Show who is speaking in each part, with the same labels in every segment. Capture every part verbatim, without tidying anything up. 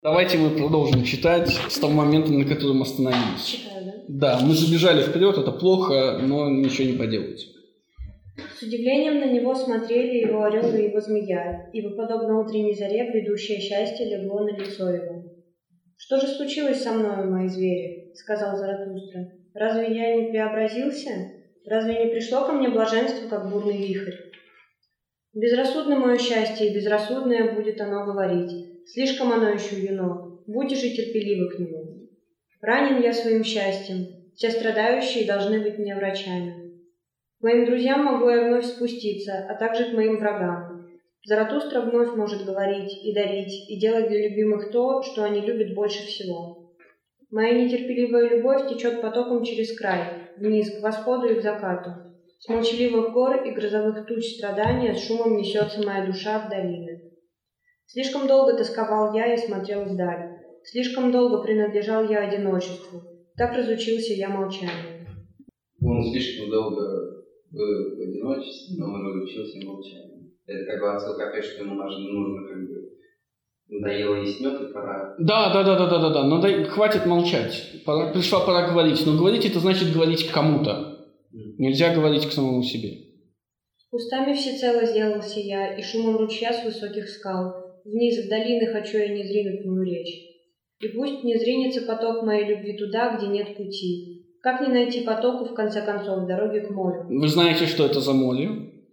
Speaker 1: Давайте мы продолжим читать с того момента, на котором остановились.
Speaker 2: Читаю, да?
Speaker 1: Да, мы забежали вперед, это плохо, но ничего не поделать.
Speaker 2: С удивлением на него смотрели его орел и его змея, ибо, подобно утренней заре, грядущее счастье легло на лицо его. «Что же случилось со мною, мои звери?» — сказал Заратустра. «Разве я не преобразился? Разве не пришло ко мне блаженство, как бурный вихрь? Безрассудно мое счастье, и безрассудное будет оно говорить. Слишком оно еще юно. Будьте же терпеливы к нему. Ранен я своим счастьем. Все страдающие должны быть мне врачами. К моим друзьям могу я вновь спуститься, а также к моим врагам. Заратустра вновь может говорить и дарить, и делать для любимых то, что они любят больше всего. Моя нетерпеливая любовь течет потоком через край, вниз, к восходу и к закату. С молчаливых гор и грозовых туч страдания с шумом несется моя душа в долины. Слишком долго тосковал я и смотрел вдаль. Слишком долго принадлежал я одиночеству. Так разучился я молчанию».
Speaker 3: Он слишком долго был в одиночестве, но он разучился молчанию. Это как бы отсылка опять, что ему нужно, нужно как бы надоело есть мед и пора.
Speaker 1: Да, да, да, да, да, да, да. Но дай, хватит молчать. Пора, пришла пора говорить. Но говорить это значит говорить кому-то. Нельзя говорить к самому себе.
Speaker 2: Устами всецело сделался я, и шумом ручья с высоких скал. Вниз в долины хочу я не зринуть мою речь. И пусть не зринется поток моей любви туда, где нет пути. Как не найти потоку, в конце концов, дороги к морю?
Speaker 1: Вы знаете, что это за море.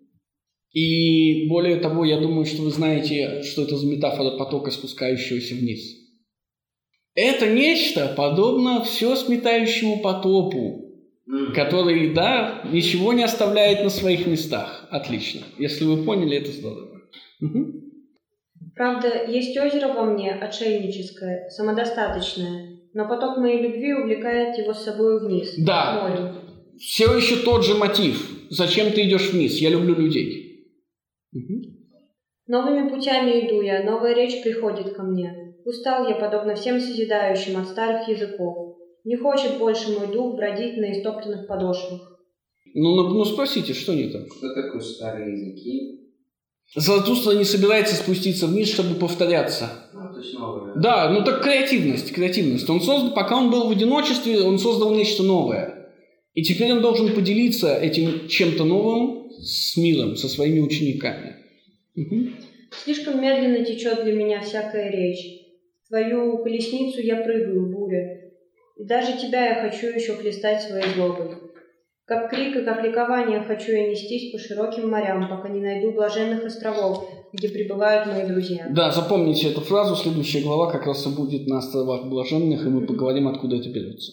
Speaker 1: И более того, я думаю, что вы знаете, что это за метафора потока, спускающегося вниз. Это нечто подобно все сметающему потопу, который, да, ничего не оставляет на своих местах. Отлично. Если вы поняли, это здорово. Угу.
Speaker 2: Правда, есть озеро во мне, отшельническое, самодостаточное, но поток моей любви увлекает его с собой вниз,
Speaker 1: да.
Speaker 2: к морю.
Speaker 1: Все еще тот же мотив. Зачем ты идешь вниз? Я люблю людей. Угу.
Speaker 2: Новыми путями иду я, новая речь приходит ко мне. Устал я, подобно всем созидающим, от старых языков. Не хочет больше мой дух бродить на истоптанных подошвах.
Speaker 1: Ну, ну, ну спросите, что не так?
Speaker 3: Что такое старые языки?
Speaker 1: Заратустра не собирается спуститься вниз, чтобы повторяться.
Speaker 3: Ну, то есть новое.
Speaker 1: Да, ну так креативность, креативность. Он создал, пока он был в одиночестве, он создал нечто новое. И теперь он должен поделиться этим чем-то новым с миром, со своими учениками. Угу.
Speaker 2: Слишком медленно течет для меня всякая речь. В твою колесницу я прыгаю, буря. И даже тебя я хочу еще хлестать своей злобой. Как крик и как ликование хочу я нестись по широким морям, пока не найду блаженных островов, где пребывают мои друзья.
Speaker 1: Да, запомните эту фразу. Следующая глава как раз и будет на островах блаженных, и мы поговорим, откуда это берется.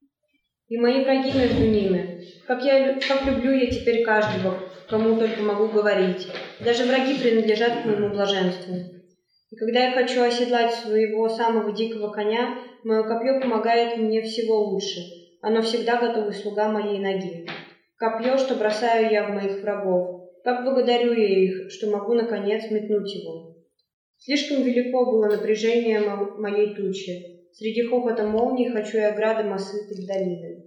Speaker 2: И мои враги между ними. Как, я, как люблю я теперь каждого, кому только могу говорить. Даже враги принадлежат к моему блаженству. И когда я хочу оседлать своего самого дикого коня, мое копье помогает мне всего лучше. Оно всегда готовый слуга моей ноги. Копье, что бросаю я в моих врагов. Как благодарю я их, что могу, наконец, метнуть его. Слишком велико было напряжение мо- моей тучи. Среди хохота молний хочу я градом осыпать долины.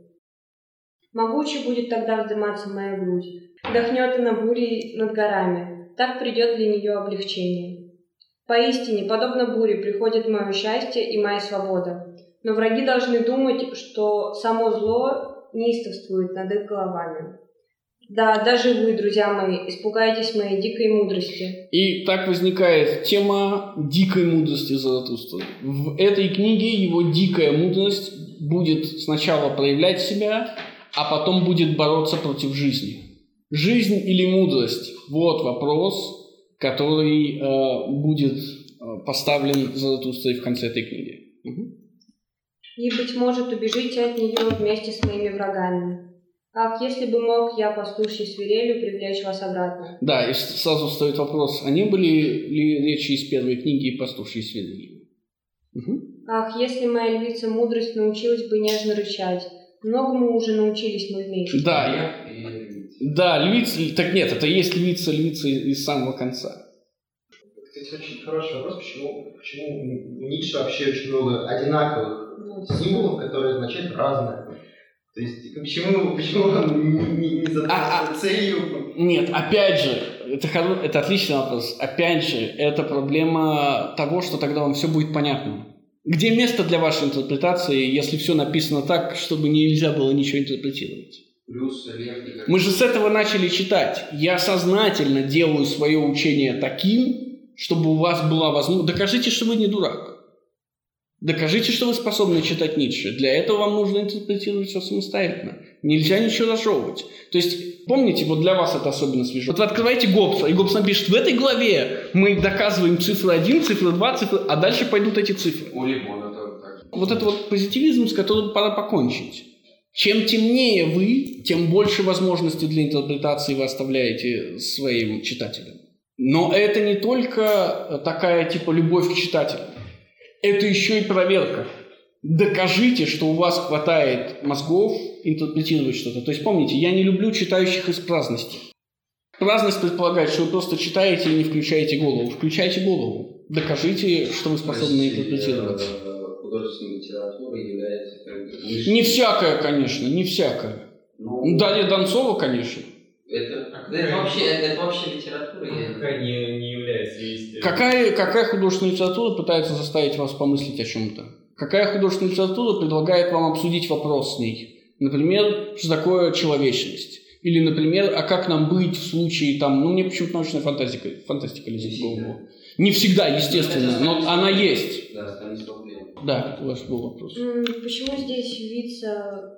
Speaker 2: Могуче будет тогда вздыматься моя грудь. Вдохнет она бурей над горами. Так придет для нее облегчение. Поистине, подобно буре, приходит мое счастье и моя свобода. Но враги должны думать, что само зло неистовствует над их головами. Да, даже вы, друзья мои, испугаетесь моей дикой мудрости.
Speaker 1: И так возникает тема дикой мудрости Заратустры. В этой книге его дикая мудрость будет сначала проявлять себя, а потом будет бороться против жизни. Жизнь или мудрость? Вот вопрос, который э, будет поставлен Заратустрой в конце этой книги. Угу.
Speaker 2: И, быть может, убежите от нее вместе с моими врагами. Ах, если бы мог я пастушьей свирелью привлечь вас обратно.
Speaker 1: Да, и сразу встает вопрос, а не были ли речи из первой книги пастушьей свирелью? Угу.
Speaker 2: Ах, если моя львица мудрость научилась бы нежно рычать. Многому уже научились мы вместе.
Speaker 1: Да, да, львица, так нет, это и есть львица, львица из самого конца.
Speaker 4: Кстати, очень хороший вопрос, почему, почему у Ницше вообще очень много одинаковых символов, которые означают разное. То есть, почему, почему он не, не задался а, целью?
Speaker 1: Нет, опять же, это, это отличный вопрос. Опять же, это проблема того, что тогда вам все будет понятно. Где место для вашей интерпретации, если все написано так, чтобы нельзя было ничего интерпретировать?
Speaker 3: Плюс лев никак...
Speaker 1: Мы же с этого начали читать. Я сознательно делаю свое учение таким, чтобы у вас была возможность... Докажите, что вы не дурак. Докажите, что вы способны читать Ницше. Для этого вам нужно интерпретировать все самостоятельно. Нельзя ничего разжевывать. То есть, помните, вот для вас это особенно свежо. Вот вы открываете Гоббса, и Гоббс напишет, в этой главе мы доказываем цифру один, цифру два, цифру... а дальше пойдут эти цифры.
Speaker 3: У Лимона тоже так же.
Speaker 1: Вот это вот позитивизм, с которым пора покончить. Чем темнее вы, тем больше возможностей для интерпретации вы оставляете своим читателям. Но это не только такая типа любовь к читателю. Это еще и проверка. Докажите, что у вас хватает мозгов интерпретировать что-то. То есть помните, я не люблю читающих из праздности. Праздность предполагает, что вы просто читаете и не включаете голову. Включайте голову. Докажите, что вы способны интерпретировать.
Speaker 3: Художественная литература является...
Speaker 1: Не всякая, конечно, не всякая.
Speaker 3: Ну,
Speaker 1: Дарья Донцова, конечно.
Speaker 3: Это, это, вообще, это вообще литература.
Speaker 5: Какая не, не является есть...
Speaker 1: Какая, какая художественная литература пытается заставить вас помыслить о чем-то? Какая художественная литература предлагает вам обсудить вопрос с ней? Например, что такое человечность? Или, например, а как нам быть в случае, там, ну, мне почему-то научная фантастика, фантастика лезет в голову. Не всегда, естественно, но она есть.
Speaker 3: Да, Станислав Лем.
Speaker 1: Да, у вас был вопрос.
Speaker 2: Почему здесь видится,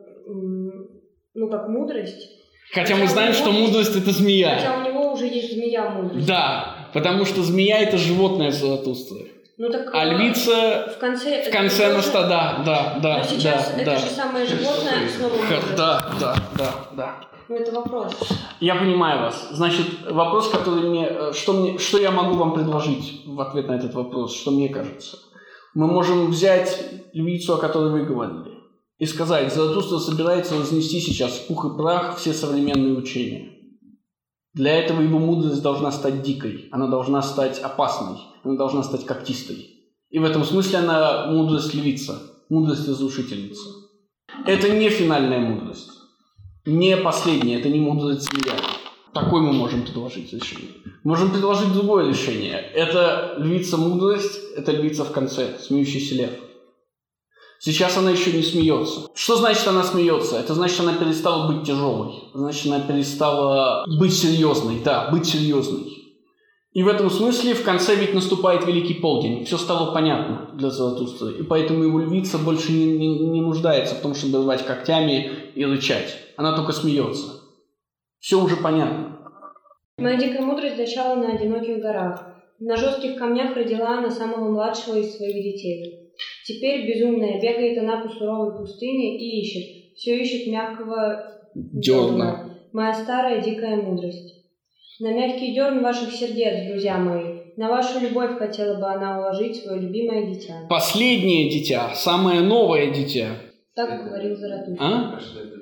Speaker 2: ну, как мудрость?
Speaker 1: Хотя мы знаем, что мудрость – это змея.
Speaker 2: Хотя у него уже есть змея мудрость.
Speaker 1: Да, потому что змея – это животное Заратустры.
Speaker 2: Ну, так,
Speaker 1: а львица
Speaker 2: в конце,
Speaker 1: в конце
Speaker 2: тоже...
Speaker 1: наста, да, да, да.
Speaker 2: Но сейчас
Speaker 1: да,
Speaker 2: это
Speaker 1: да.
Speaker 2: же самое животное снова мудрость.
Speaker 1: Да, да, да, да.
Speaker 2: Ну, это вопрос.
Speaker 1: Я понимаю вас. Значит, вопрос, который мне что, мне... что я могу вам предложить в ответ на этот вопрос, что мне кажется? Мы можем взять львицу, о которой вы говорили, и сказать, Заратустра собирается разнести сейчас в пух и прах все современные учения. Для этого его мудрость должна стать дикой, она должна стать опасной, она должна стать когтистой. И в этом смысле она мудрость львица, мудрость разрушительница. Это не финальная мудрость, не последняя, это не мудрость змея. Такой мы можем предложить решение. Можем предложить другое решение. Это львица мудрость, это львица в конце, смеющийся лев. Сейчас она еще не смеется. Что значит она смеется? Это значит, она перестала быть тяжелой. Значит, она перестала быть серьезной. Да, быть серьезной. И в этом смысле в конце ведь наступает Великий Полдень. Все стало понятно для Заратустры. И поэтому его львица больше не, не, не нуждается в том, чтобы рвать когтями и рычать. Она только смеется. Все уже понятно.
Speaker 2: Моя дикая мудрость зачала на одиноких горах. На жестких камнях родила она самого младшего из своих детей. Теперь безумная бегает она по суровой пустыне и ищет, все ищет мягкого дерна. Моя старая дикая мудрость. На мягкий дерн ваших сердец, друзья мои, на вашу любовь хотела бы она уложить свое любимое дитя.
Speaker 1: Последнее дитя, самое новое дитя.
Speaker 2: Так говорил Заратустра.
Speaker 1: А?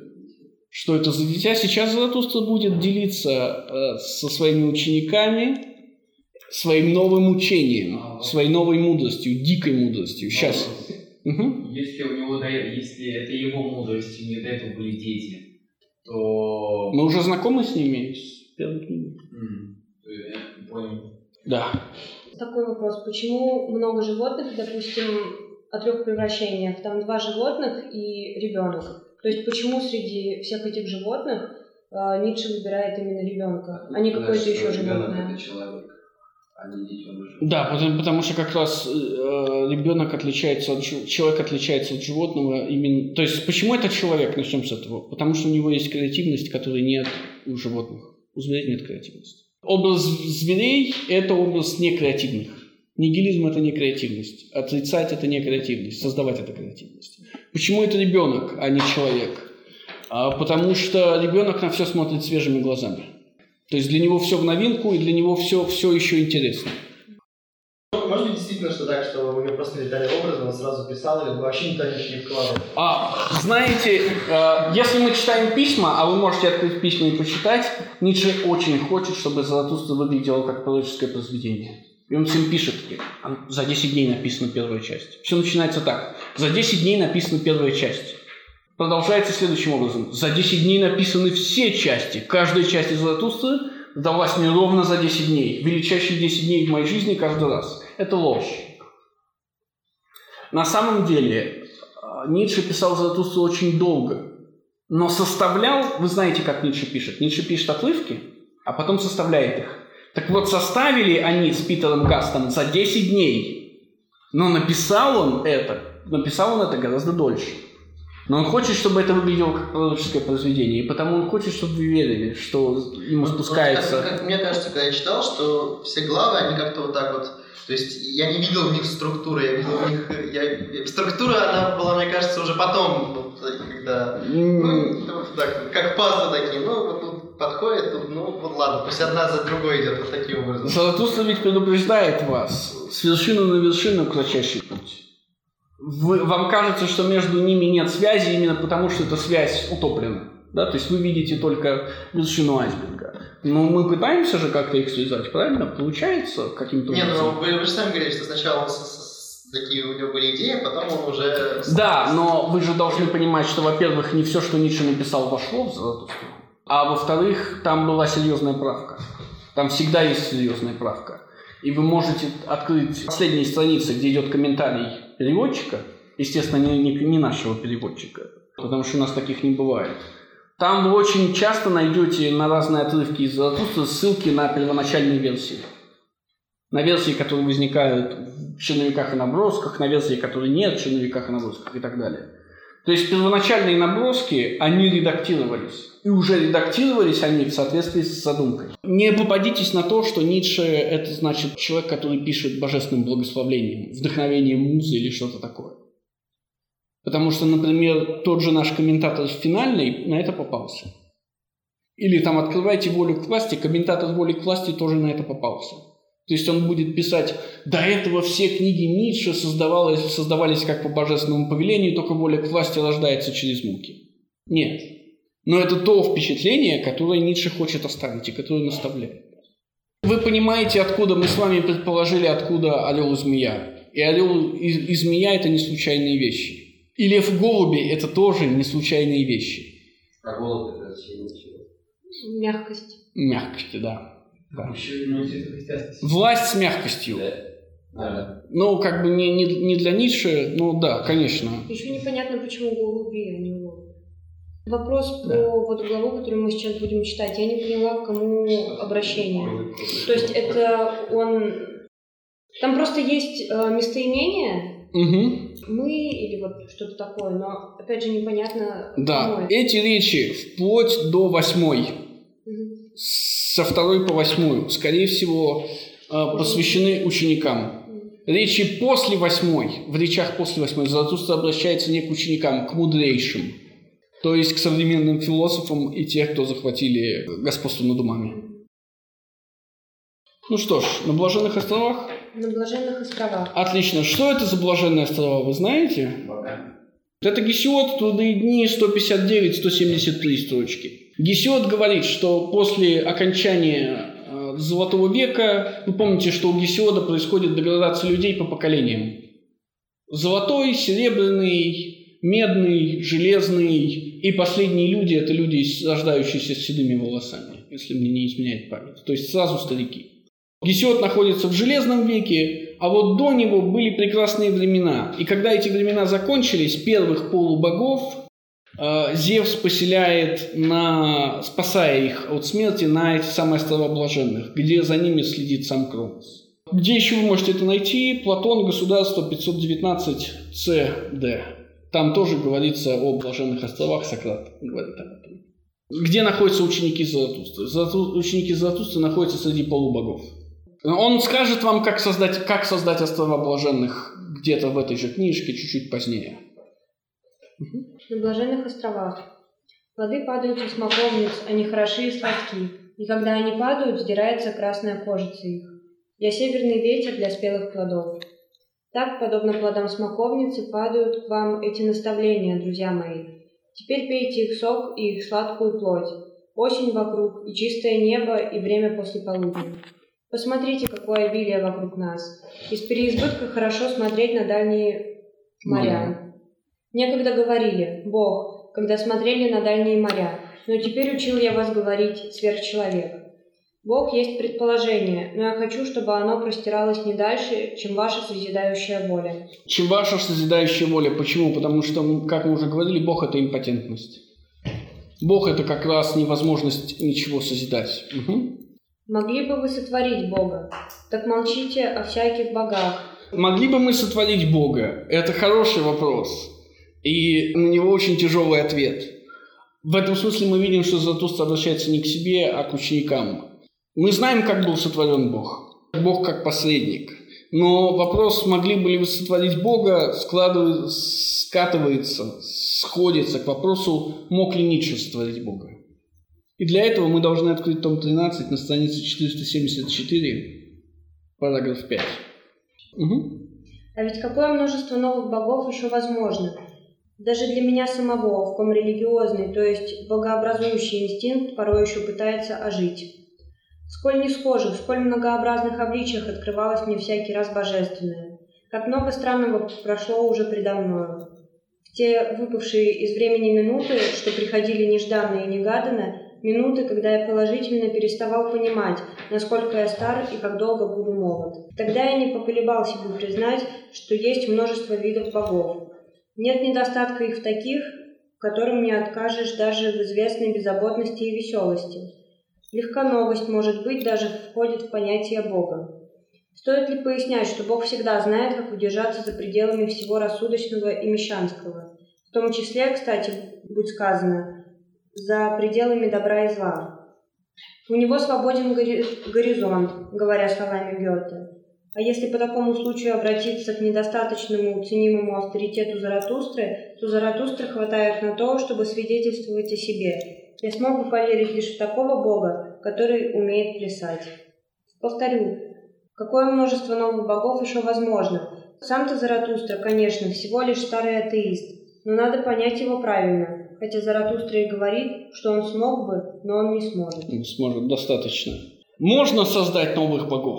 Speaker 1: Что это за дитя? Сейчас Заратустра будет делиться э, со своими учениками своим новым учением, своей новой мудростью, дикой мудростью. Сейчас. Угу.
Speaker 5: Если у него, если это его мудрость, у него до этого были дети, то...
Speaker 1: Мы уже знакомы с ними с первой книги.
Speaker 5: Mm. Я понял.
Speaker 1: Да.
Speaker 2: Такой вопрос. Почему много животных, допустим, о трех превращениях? Там два животных и ребенок. То есть почему среди всех этих животных э, Ницше выбирает именно ребенка, а не какое-то еще животное?
Speaker 3: Это человек.
Speaker 1: Да, потому, потому что как раз э, ребенок отличается от человек отличается от животного именно. То есть почему это человек? Начнем с этого. Потому что у него есть креативность, которой нет у животных. У зверей нет креативности. Образ зверей – это образ некреативных. Нигилизм – это не креативность. Отрицать – это не креативность. Создавать – это креативность. Почему это ребенок, а не человек? А потому что ребенок на все смотрит свежими глазами. То есть для него все в новинку, и для него все, все еще интересно.
Speaker 4: Может быть действительно, что так, что у него просто не дали образ, он сразу писал, или вообще никто не вкладывал?
Speaker 1: А, знаете, э, если мы читаем письма, а вы можете открыть письма и почитать, Ницше очень хочет, чтобы Заратустра выглядело как пророческое произведение. И он всем пишет, за десять дней написана первая часть. Все начинается так. За десять дней написана первая часть. Продолжается следующим образом. За десять дней написаны все части. Каждая часть из Заратустры сдалась мне ровно за десять дней. Величайшие десять дней в моей жизни каждый раз. Это ложь. На самом деле, Ницше писал Заратустру очень долго, но составлял, вы знаете, как Ницше пишет. Ницше пишет отрывки, а потом составляет их. Так вот, составили они с Питером Гастом за десять дней, но написал он это, написал он это гораздо дольше. Но он хочет, чтобы это выглядело как пророческое произведение, и потому он хочет, чтобы вы верили, что ему спускается...
Speaker 4: Вот, как, как мне кажется, когда я читал, что все главы, они как-то вот так вот... То есть я не видел в них структуры, я видел в них... Я, структура, она была, мне кажется, уже потом, вот, когда... Ну, вот так, как пазлы такие, ну, вот тут подходит, тут, ну, вот ладно, пусть одна за другой идет, вот таким образом.
Speaker 1: Заратустра ведь предупреждает вас, с вершины на вершину кратчайший путь. Вы, вам кажется, что между ними нет связи, именно потому, что эта связь утоплена. Да? То есть вы видите только вершину айсберга. Но мы пытаемся же как-то их связать, правильно? Получается каким-то
Speaker 4: образом? Не, ну вы, вы же сами говорили, что сначала он с, с, такие у него были идеи, а потом он уже...
Speaker 1: Да, но вы же должны понимать, что, во-первых, не все, что Ницше написал, вошло в Заратустру. А во-вторых, там была серьезная правка. Там всегда есть серьезная правка. И вы можете открыть последние страницы, где идет комментарий переводчика, естественно, не, не, не нашего переводчика, потому что у нас таких не бывает. Там вы очень часто найдете на разные отрывки из Заратустры ссылки на первоначальные версии. На версии, которые возникают в черновиках и набросках, на версии, которые нет в черновиках и набросках и так далее. То есть первоначальные наброски, они редактировались. И уже редактировались они в соответствии с задумкой. Не попадитесь на то, что Ницше – это значит человек, который пишет божественным благословением, вдохновением музы или что-то такое. Потому что, например, тот же наш комментатор финальный на это попался. Или там «Открывайте волю к власти», комментатор воли к власти тоже на это попался. То есть он будет писать, до этого все книги Ницше создавались, создавались как по божественному повелению, только воля к власти рождается через муки. Нет. Но это то впечатление, которое Ницше хочет оставить и которое он оставляет. Вы понимаете, откуда мы с вами предположили, откуда орел и змея. И орел и, и змея – это не случайные вещи. И лев и голуби – это тоже не случайные вещи.
Speaker 3: А голубь – это чего?
Speaker 2: Мягкость.
Speaker 1: Мягкости, да. Да.
Speaker 5: Ну,
Speaker 1: власть с мягкостью.
Speaker 3: Да. Да.
Speaker 1: Ну, как бы не, не, не для Ницше, ну да, конечно.
Speaker 2: Еще непонятно, почему голуби, а не голуби. Вопрос
Speaker 1: Да.
Speaker 2: про вот главу, которую мы сейчас будем читать. Я не поняла, к кому обращение. То есть это он... Там просто есть э, местоимение,
Speaker 1: Угу.
Speaker 2: мы или вот что-то такое, но опять же непонятно,
Speaker 1: Да,
Speaker 2: кому это.
Speaker 1: эти речи вплоть до восьмой,
Speaker 2: Мгм.
Speaker 1: со второй по восьмую, скорее всего, э, посвящены ученикам. Речи после восьмой, в речах после восьмой Заратустра обращается не к ученикам, к мудрейшим, то есть к современным философам и тех, кто захватили господство над умами. Ну что ж, на Блаженных островах?
Speaker 2: На Блаженных островах.
Speaker 1: Отлично. Что это за Блаженные острова, вы знаете? Это Гесиод, Труды и дни, сто пятьдесят девять - сто семьдесят три строчки. Гесиод говорит, что после окончания э, Золотого века, вы помните, что у Гесиода происходит деградация людей по поколениям. Золотой, серебряный, медный, железный и последние люди – это люди, рождающиеся с седыми волосами, если мне не изменяет память. То есть сразу старики. Гесиод находится в Железном веке, а вот до него были прекрасные времена. И когда эти времена закончились, первых полубогов э, Зевс поселяет, на, спасая их от смерти, на эти самые острова Блаженных, где за ними следит сам Кронос. Где еще вы можете это найти? Платон, Государство, пятьсот девятнадцать С Д. Там тоже говорится о Блаженных островах, Сократ говорит об этом. Где находятся ученики Заратустры? Ученики Заратустры находятся среди полубогов. Он скажет вам, как создать, как создать острова Блаженных где-то в этой же книжке, чуть-чуть позднее.
Speaker 2: На Блаженных островах. Плоды падают со смоковниц, они хороши и сладки, и когда они падают, сдирается красная кожица их. Я северный ветер для спелых плодов. Так, подобно плодам смоковницы, падают к вам эти наставления, друзья мои. Теперь пейте их сок и их сладкую плоть. Осень вокруг, и чистое небо, и время после полудня. Посмотрите, какое обилие вокруг нас. Из переизбытка хорошо смотреть на дальние моря. Некогда говорили, Бог, когда смотрели на дальние моря, но теперь учил я вас говорить, сверхчеловек. Бог есть предположение, но я хочу, чтобы оно простиралось не дальше, чем ваша созидающая воля.
Speaker 1: Чем ваша созидающая воля. Почему? Потому что, как мы уже говорили, Бог – это импотентность. Бог – это как раз невозможность ничего созидать. Угу.
Speaker 2: Могли бы вы сотворить Бога? Так молчите о всяких богах.
Speaker 1: Могли бы мы сотворить Бога? Это хороший вопрос. И на него очень тяжелый ответ. В этом смысле мы видим, что Заратустра обращается не к себе, а к ученикам. Мы знаем, как был сотворен Бог. Бог как посредник. Но вопрос, могли бы ли вы сотворить Бога, складывается, скатывается, сходится к вопросу, мог ли Ницше сотворить Бога. И для этого мы должны открыть том тринадцать на странице четыреста семьдесят четыре, параграф пять. Угу.
Speaker 2: А ведь какое множество новых богов еще возможно? Даже для меня самого, в ком религиозный, то есть богообразующий инстинкт, порой еще пытается ожить. Сколь не схожих, сколь многообразных обличиях открывалось мне всякий раз божественное. Как много странного прошло уже предо мною. В те выпавшие из времени минуты, что приходили нежданно и негаданно, минуты, когда я положительно переставал понимать, насколько я стар и как долго буду молод. Тогда я не поколебал себе признать, что есть множество видов богов. Нет недостатка их в таких, которым не откажешь даже в известной беззаботности и веселости. Легконогость, может быть, даже входит в понятие Бога. Стоит ли пояснять, что Бог всегда знает, как удержаться за пределами всего рассудочного и мещанского, в том числе, кстати, будь сказано, за пределами добра и зла. У него свободен гори- горизонт, говоря словами Гёте. А если по такому случаю обратиться к недостаточному ценимому авторитету Заратустры, то Заратустры хватает на то, чтобы свидетельствовать о себе. Я смог бы поверить лишь в такого Бога, который умеет плясать. Повторю, какое множество новых богов еще возможно. Сам-то Заратустра, конечно, всего лишь старый атеист, но надо понять его правильно, хотя Заратустра и говорит, что он смог бы, но он не сможет.
Speaker 1: Не сможет, достаточно. Можно создать новых богов,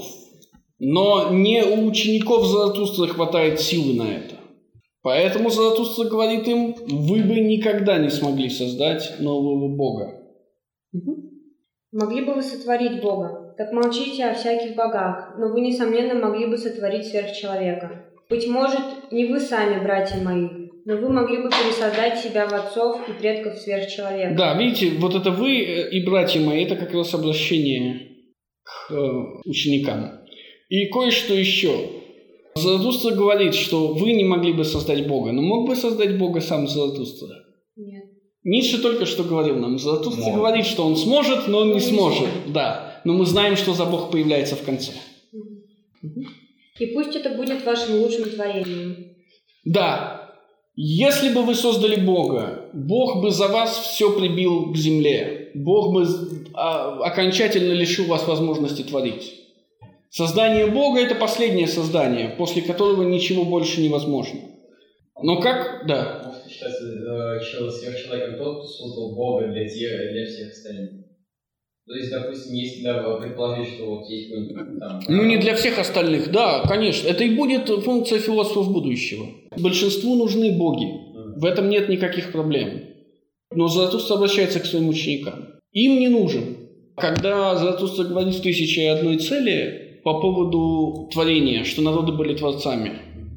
Speaker 1: но не у учеников Заратустры хватает силы на это. Поэтому Заратустра говорит им, вы бы никогда не смогли создать нового Бога.
Speaker 2: Угу. Могли бы вы сотворить Бога? Так молчите о всяких богах, но вы, несомненно, могли бы сотворить сверхчеловека. Быть может, не вы сами, братья мои, но вы могли бы пересоздать себя в отцов и предков сверхчеловека.
Speaker 1: Да, видите, вот это вы и братья мои, это как раз обращение к ученикам. И кое-что еще. Заратустра говорит, что вы не могли бы создать Бога, но мог бы создать Бога сам Заратустра?
Speaker 2: Нет.
Speaker 1: Ницше только что говорил нам. Заратустра говорит, что он сможет, но он не, не сможет. сможет. Да. Но мы знаем, что за Бог появляется в конце.
Speaker 2: Угу. И пусть это будет вашим лучшим творением.
Speaker 1: Да. Если бы вы создали Бога, Бог бы за вас все прибил к земле. Бог бы окончательно лишил вас возможности творить. Создание Бога – это последнее создание, после которого ничего больше невозможно. Но как… Да.
Speaker 5: Может считаться сверхчеловеком тот, кто создал Бога для тех, для всех остальных. То есть, допустим, если да, предположить, что вот есть какой-нибудь там…
Speaker 1: Ну, не для всех остальных, да, конечно. Это и будет функция философов будущего. Большинству нужны боги. В этом нет никаких проблем. Но Заратустра обращается к своим ученикам. Им не нужен. Когда Заратустра говорит в «Тысяче и одной цели» по поводу творения, что народы были творцами.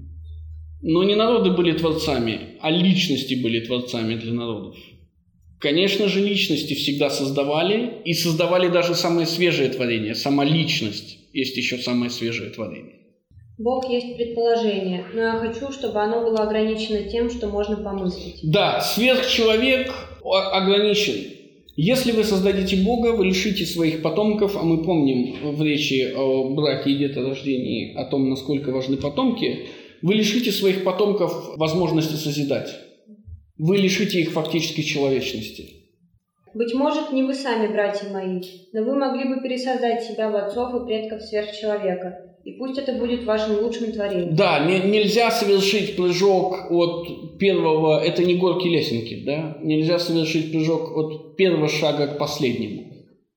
Speaker 1: Но не народы были творцами, а личности были творцами для народов. Конечно же, личности всегда создавали, и создавали даже самое свежее творение. Сама личность есть еще самое свежее творение.
Speaker 2: Бог есть предположение, но я хочу, чтобы оно было ограничено тем, что можно помыслить.
Speaker 1: Да, сверхчеловек ограничен. Если вы создадите Бога, вы лишите своих потомков, а мы помним в речи о браке и деторождении, о том, насколько важны потомки, вы лишите своих потомков возможности созидать. Вы лишите их фактически человечности.
Speaker 2: Быть может, не вы сами, братья мои, но вы могли бы пересоздать себя в отцов и предков сверхчеловека. И пусть это будет вашим лучшим творением.
Speaker 1: Да, не, нельзя совершить прыжок от первого, это не горки лесенки, да? Нельзя совершить прыжок от первого шага к последнему.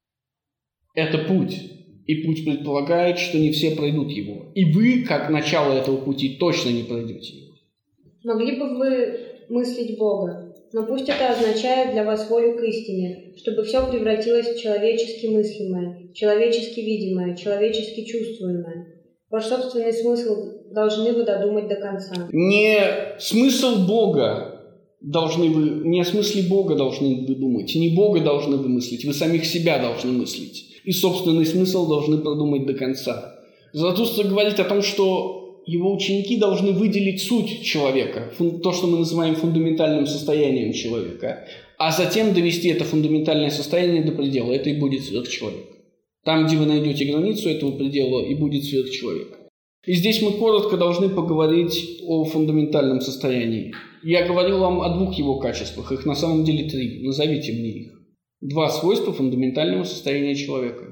Speaker 1: Это путь. И путь предполагает, что не все пройдут его. И вы, как начало этого пути, точно не пройдете его.
Speaker 2: Могли бы вы мыслить Бога? Но пусть это означает для вас волю к истине, чтобы все превратилось в человечески мыслимое, человечески видимое, человечески чувствуемое. Ваш собственный смысл должны вы додумать до конца.
Speaker 1: Не смысл Бога должны вы, не о смысле Бога должны вы думать, не Бога должны вы мыслить, вы самих себя должны мыслить. И собственный смысл должны продумать до конца. Заратустра говорит о том, что его ученики должны выделить суть человека, то, что мы называем фундаментальным состоянием человека, а затем довести это фундаментальное состояние до предела. Это и будет сверхчеловек. Там, где вы найдете границу этого предела, и будет сверхчеловек. И здесь мы коротко должны поговорить о фундаментальном состоянии. Я говорил вам о двух его качествах, их на самом деле три. Назовите мне их. Два свойства фундаментального состояния человека.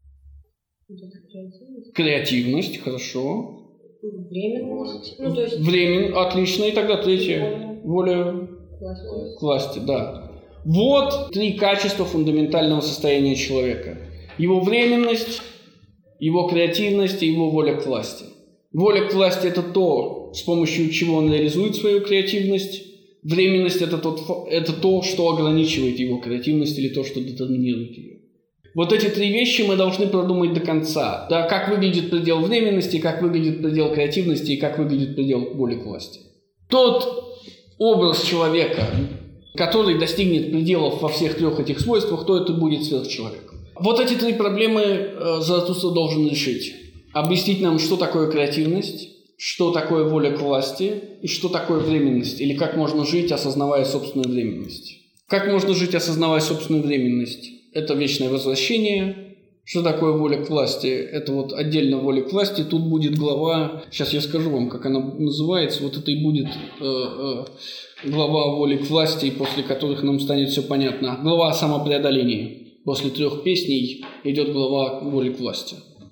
Speaker 2: Креативность.
Speaker 1: Креативность, хорошо.
Speaker 2: Временность. Ну, то есть...
Speaker 1: Времен, отлично. И тогда третье. Воля к власти, да. Вот три качества фундаментального состояния человека. Его временность, его креативность и его воля к власти. Воля к власти – это то, с помощью чего он реализует свою креативность. Временность – это, тот, это то, что ограничивает его креативность или то, что детерминирует ее. Вот эти три вещи мы должны продумать до конца. Да, как выглядит предел временности, как выглядит предел креативности и как выглядит предел воли к власти. Тот образ человека, который достигнет пределов во всех трех этих свойствах, то это будет сверхчеловек. Вот эти три проблемы э, Заратустра должен решить. Объяснить нам, что такое креативность, что такое воля к власти и что такое временность, или как можно жить, осознавая собственную временность. Как можно жить, осознавая собственную временность? Это вечное возвращение. Что такое воля к власти? Это вот отдельно воля к власти. Тут будет глава, сейчас я скажу вам, как она называется, вот это и будет э, э, глава воли к власти, после которых нам станет все понятно. Глава о самопреодолении. После трех песней идет глава воли к власти.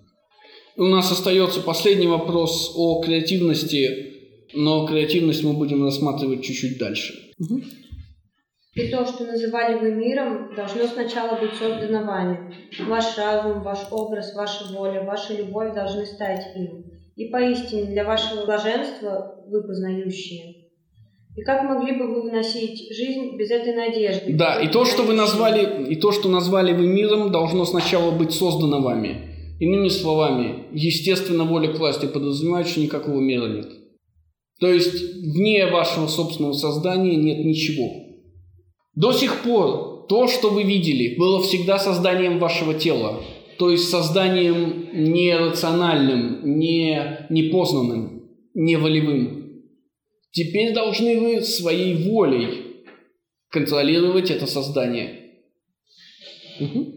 Speaker 1: У нас остается последний вопрос о креативности, но креативность мы будем рассматривать чуть-чуть дальше. Угу.
Speaker 2: И то, что называли вы миром, должно сначала быть создано вами. Ваш разум, ваш образ, ваша воля, ваша любовь должны стать им. И поистине для вашего блаженства вы познающие. И как могли бы вы выносить жизнь без этой надежды?
Speaker 1: Да, и то, что вы назвали, и то, что назвали вы миром, должно сначала быть создано вами. Иными словами, естественно, воля к власти подразумевает, что никакого мира нет. То есть вне вашего собственного создания нет ничего. До сих пор то, что вы видели, было всегда созданием вашего тела. То есть созданием нерациональным, не непознанным, не волевым. Теперь должны вы своей волей контролировать это создание. Угу.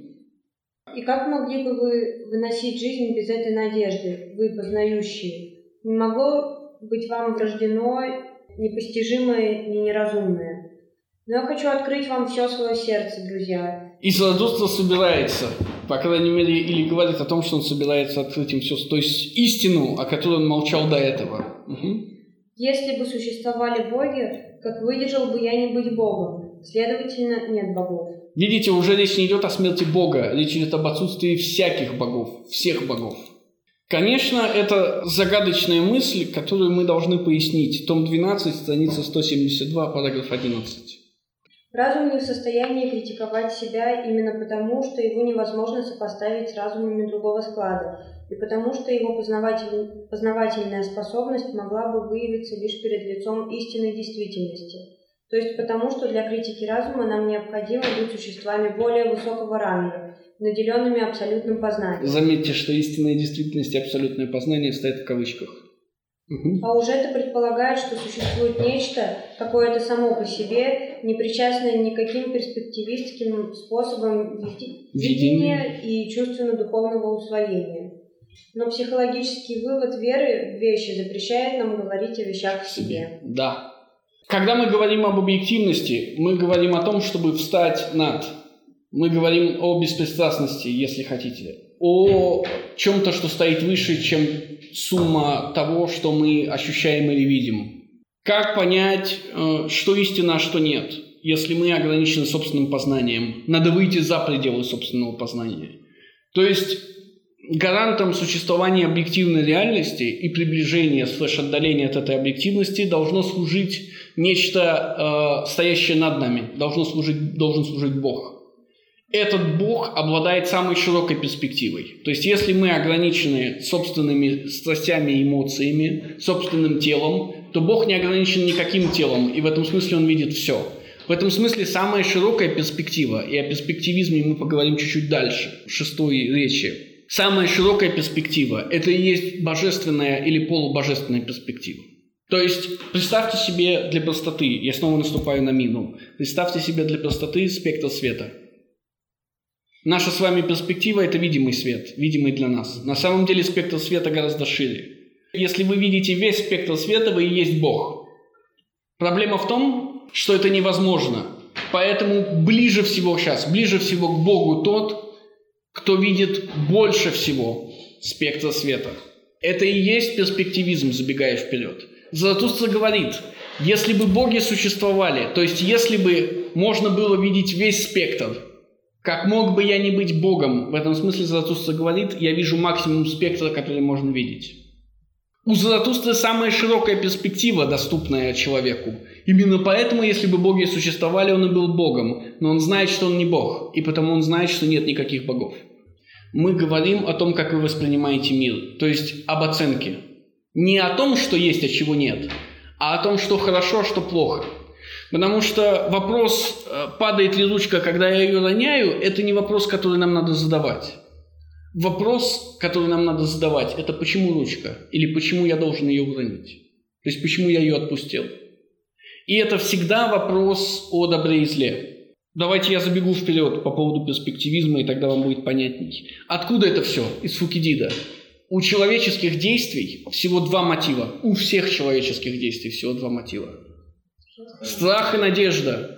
Speaker 2: И как могли бы вы выносить жизнь без этой надежды, вы познающие? Не могло быть вам врождено непостижимое и неразумное. Но я хочу открыть вам все свое сердце, друзья.
Speaker 1: И Заратустра собирается, по крайней мере, или говорит о том, что он собирается открыть им все, то есть истину, о которой он молчал до этого. Угу.
Speaker 2: Если бы существовали боги, как выдержал бы я не быть богом? Следовательно, нет богов.
Speaker 1: Видите, уже речь не идет о смерти Бога, речь идет об отсутствии всяких богов, всех богов. Конечно, это загадочная мысль, которую мы должны пояснить. Том двенадцать, страница сто семьдесят два, параграф одиннадцать.
Speaker 2: Разум не в состоянии критиковать себя именно потому, что его невозможно сопоставить с разумами другого склада, и потому что его познаватель... познавательная способность могла бы выявиться лишь перед лицом истинной действительности. То есть потому, что для критики разума нам необходимо быть существами более высокого ранга, наделенными абсолютным познанием.
Speaker 1: Заметьте, что истинная действительность и абсолютное познание стоят в кавычках. Угу.
Speaker 2: А уже это предполагает, что существует нечто, какое-то само по себе, не причастное никаким перспективистским способом видения и чувственно-духовного усвоения. Но психологический вывод веры в вещи запрещает нам говорить о вещах в себе.
Speaker 1: Да. Когда мы говорим об объективности, мы говорим о том, чтобы встать над. Мы говорим о беспристрастности, если хотите. О чем-то, что стоит выше, чем сумма того, что мы ощущаем или видим. Как понять, что истина, а что нет, если мы ограничены собственным познанием? Надо выйти за пределы собственного познания. То есть гарантом существования объективной реальности и приближения слэш-отдаления от этой объективности должно служить нечто, э, стоящее над нами, должно служить, должен служить Бог. Этот Бог обладает самой широкой перспективой. То есть, если мы ограничены собственными страстями и эмоциями, собственным телом, то Бог не ограничен никаким телом, и в этом смысле Он видит все. В этом смысле самая широкая перспектива, и о перспективизме мы поговорим чуть-чуть дальше, в шестой речи. Самая широкая перспектива – это и есть божественная или полубожественная перспектива. То есть, представьте себе для простоты, я снова наступаю на мину, представьте себе для простоты спектр света. Наша с вами перспектива – это видимый свет, видимый для нас. На самом деле спектр света гораздо шире. Если вы видите весь спектр света, вы и есть Бог. Проблема в том, что это невозможно. Поэтому ближе всего сейчас, ближе всего к Богу тот, кто видит больше всего спектра света. Это и есть перспективизм, забегая вперед. Заратустра говорит, если бы боги существовали, то есть если бы можно было видеть весь спектр, как мог бы я не быть Богом? В этом смысле Заратустра говорит, я вижу максимум спектра, который можно видеть. У Заратустры самая широкая перспектива, доступная человеку. Именно поэтому, если бы боги существовали, он и был Богом. Но он знает, что он не Бог, и потому он знает, что нет никаких богов. Мы говорим о том, как вы воспринимаете мир, то есть об оценке. Не о том, что есть, а чего нет, а о том, что хорошо, а что плохо. Потому что вопрос, падает ли ручка, когда я ее роняю, это не вопрос, который нам надо задавать. Вопрос, который нам надо задавать, это почему ручка? Или почему я должен ее уронить? То есть почему я ее отпустил? И это всегда вопрос о добре и зле. Давайте я забегу вперед по поводу перспективизма, и тогда вам будет понятней. Откуда это все? Из Фукидида. У человеческих действий всего два мотива. У всех человеческих действий всего два мотива. Страх и надежда.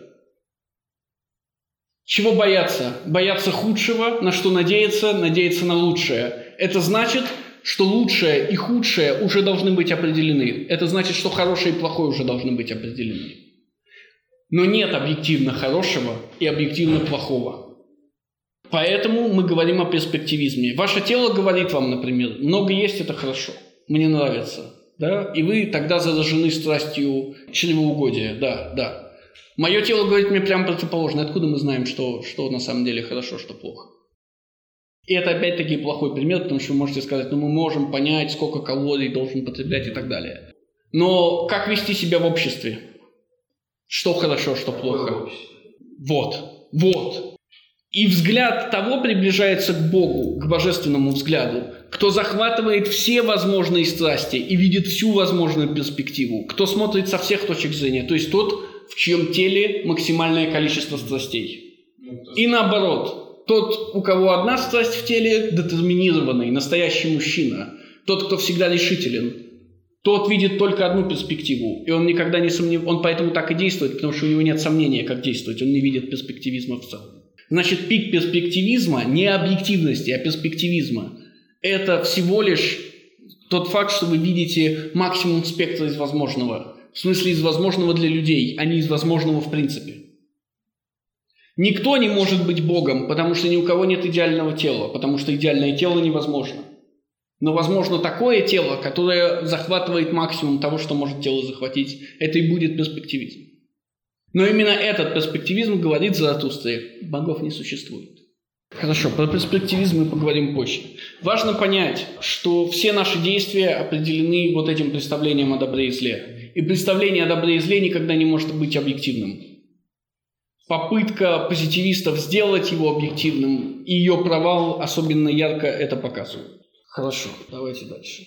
Speaker 1: Чего бояться? Бояться худшего, на что надеяться, надеяться на лучшее. Это значит, что лучшее и худшее уже должны быть определены. Это значит, что хорошее и плохое уже должны быть определены. Но нет объективно хорошего и объективно плохого. Поэтому мы говорим о перспективизме. Ваше тело говорит вам, например, много есть – это хорошо, мне нравится. Да? И вы тогда заражены страстью чревоугодия. Да, да. Мое тело говорит мне прямо противоположно. Откуда мы знаем, что, что на самом деле хорошо, что плохо? И это опять-таки плохой пример, потому что вы можете сказать, ну мы можем понять, сколько калорий должен потреблять и так далее. Но как вести себя в обществе? Что хорошо, что плохо? Вот, вот. И взгляд того приближается к Богу, к божественному взгляду, кто захватывает все возможные страсти и видит всю возможную перспективу, кто смотрит со всех точек зрения, то есть тот, в чьем теле максимальное количество страстей. И наоборот, тот, у кого одна страсть в теле, детерминированный, настоящий мужчина, тот, кто всегда решителен, тот видит только одну перспективу, и он никогда не сомневается, он поэтому так и действует, потому что у него нет сомнения, как действовать, он не видит перспективизма в целом. Значит, пик перспективизма не объективности, а перспективизма. Это всего лишь тот факт, что вы видите максимум спектра из возможного. В смысле, из возможного для людей, а не из возможного в принципе. Никто не может быть Богом, потому что ни у кого нет идеального тела, потому что идеальное тело невозможно. Но возможно такое тело, которое захватывает максимум того, что может тело захватить. Это и будет перспективизм. Но именно этот перспективизм говорит Заратустре: богов не существует. Хорошо, про перспективизм мы поговорим позже. Важно понять, что все наши действия определены вот этим представлением о добре и зле. И представление о добре и зле никогда не может быть объективным. Попытка позитивистов сделать его объективным и ее провал особенно ярко это показывает. Хорошо, давайте дальше.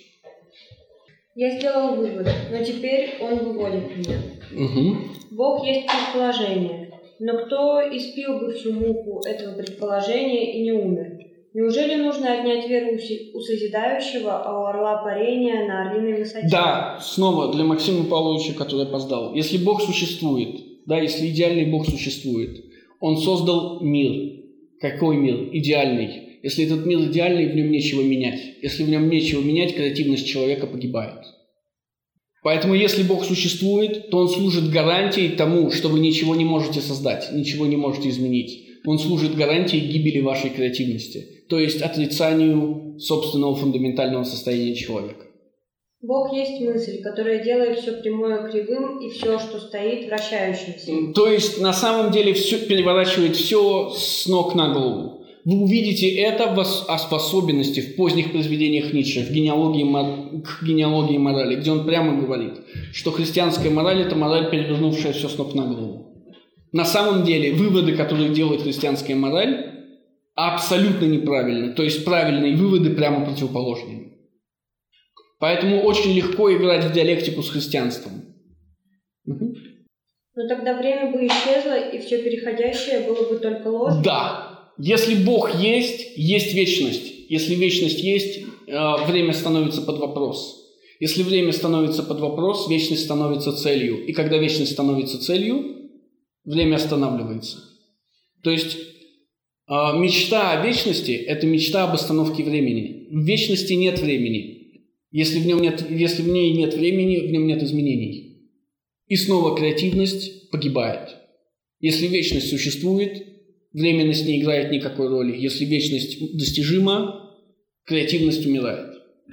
Speaker 2: Я сделал вывод, но теперь он выводит меня.
Speaker 1: Угу.
Speaker 2: Бог есть предположение, но кто испил бы всю муку этого предположения и не умер? Неужели нужно отнять веру у созидающего, а у орла парения на орлиной высоте?
Speaker 1: Да, снова для Максима Павловича, который опоздал. Если Бог существует, да, если идеальный Бог существует, Он создал мир. Какой мир? Идеальный. Если этот мир идеальный, в нем нечего менять. Если в нем нечего менять, креативность человека погибает. Поэтому, если Бог существует, то Он служит гарантией тому, что вы ничего не можете создать, ничего не можете изменить. Он служит гарантией гибели вашей креативности. то есть отрицанию собственного фундаментального состояния человека.
Speaker 2: Бог есть мысль, которая делает все прямое кривым и все, что стоит, вращающимся.
Speaker 1: То есть на самом деле все переворачивает все с ног на голову. Вы увидите это в особенности в поздних произведениях Ницше, в генеалогии, к генеалогии морали, где он прямо говорит, что христианская мораль – это мораль, перевернувшая все с ног на голову. На самом деле выводы, которые делает христианская мораль, абсолютно неправильны. То есть правильные выводы прямо противоположные. Поэтому очень легко играть в диалектику с христианством. Угу.
Speaker 2: Но тогда время бы исчезло, и все переходящее было бы только ложью.
Speaker 1: Да. Если Бог есть, есть вечность. Если вечность есть, время становится под вопрос. Если время становится под вопрос, вечность становится целью. И когда вечность становится целью, время останавливается. То есть мечта о вечности – это мечта об остановке времени. В вечности нет времени. Если в нем нет, если в ней нет времени, в нем нет изменений. И снова креативность погибает. Если вечность существует, временность не играет никакой роли. Если вечность достижима, креативность умирает.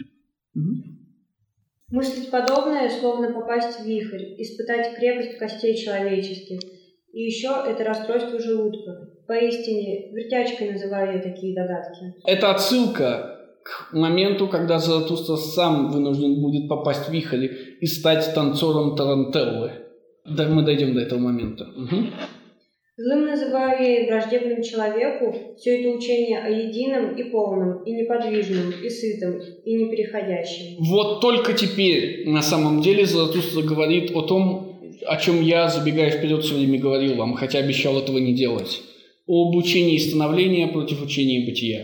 Speaker 2: Мыслить подобное, словно попасть в вихрь, испытать крепость костей человеческих. И еще это расстройство желудка. Поистине, вертячкой называю я такие догадки.
Speaker 1: Это отсылка к моменту, когда Заратустра сам вынужден будет попасть в вихрь и стать танцором тарантеллы. Да, мы дойдем до этого момента. Угу.
Speaker 2: Злым называю я и враждебным человеку все это учение о едином и полном, и неподвижном, и сытом, и непереходящем. Вот
Speaker 1: только теперь на самом деле Заратустра говорит о том, о чем я, забегая вперед, все время говорил вам, хотя обещал этого не делать. Об учении становления против учения бытия.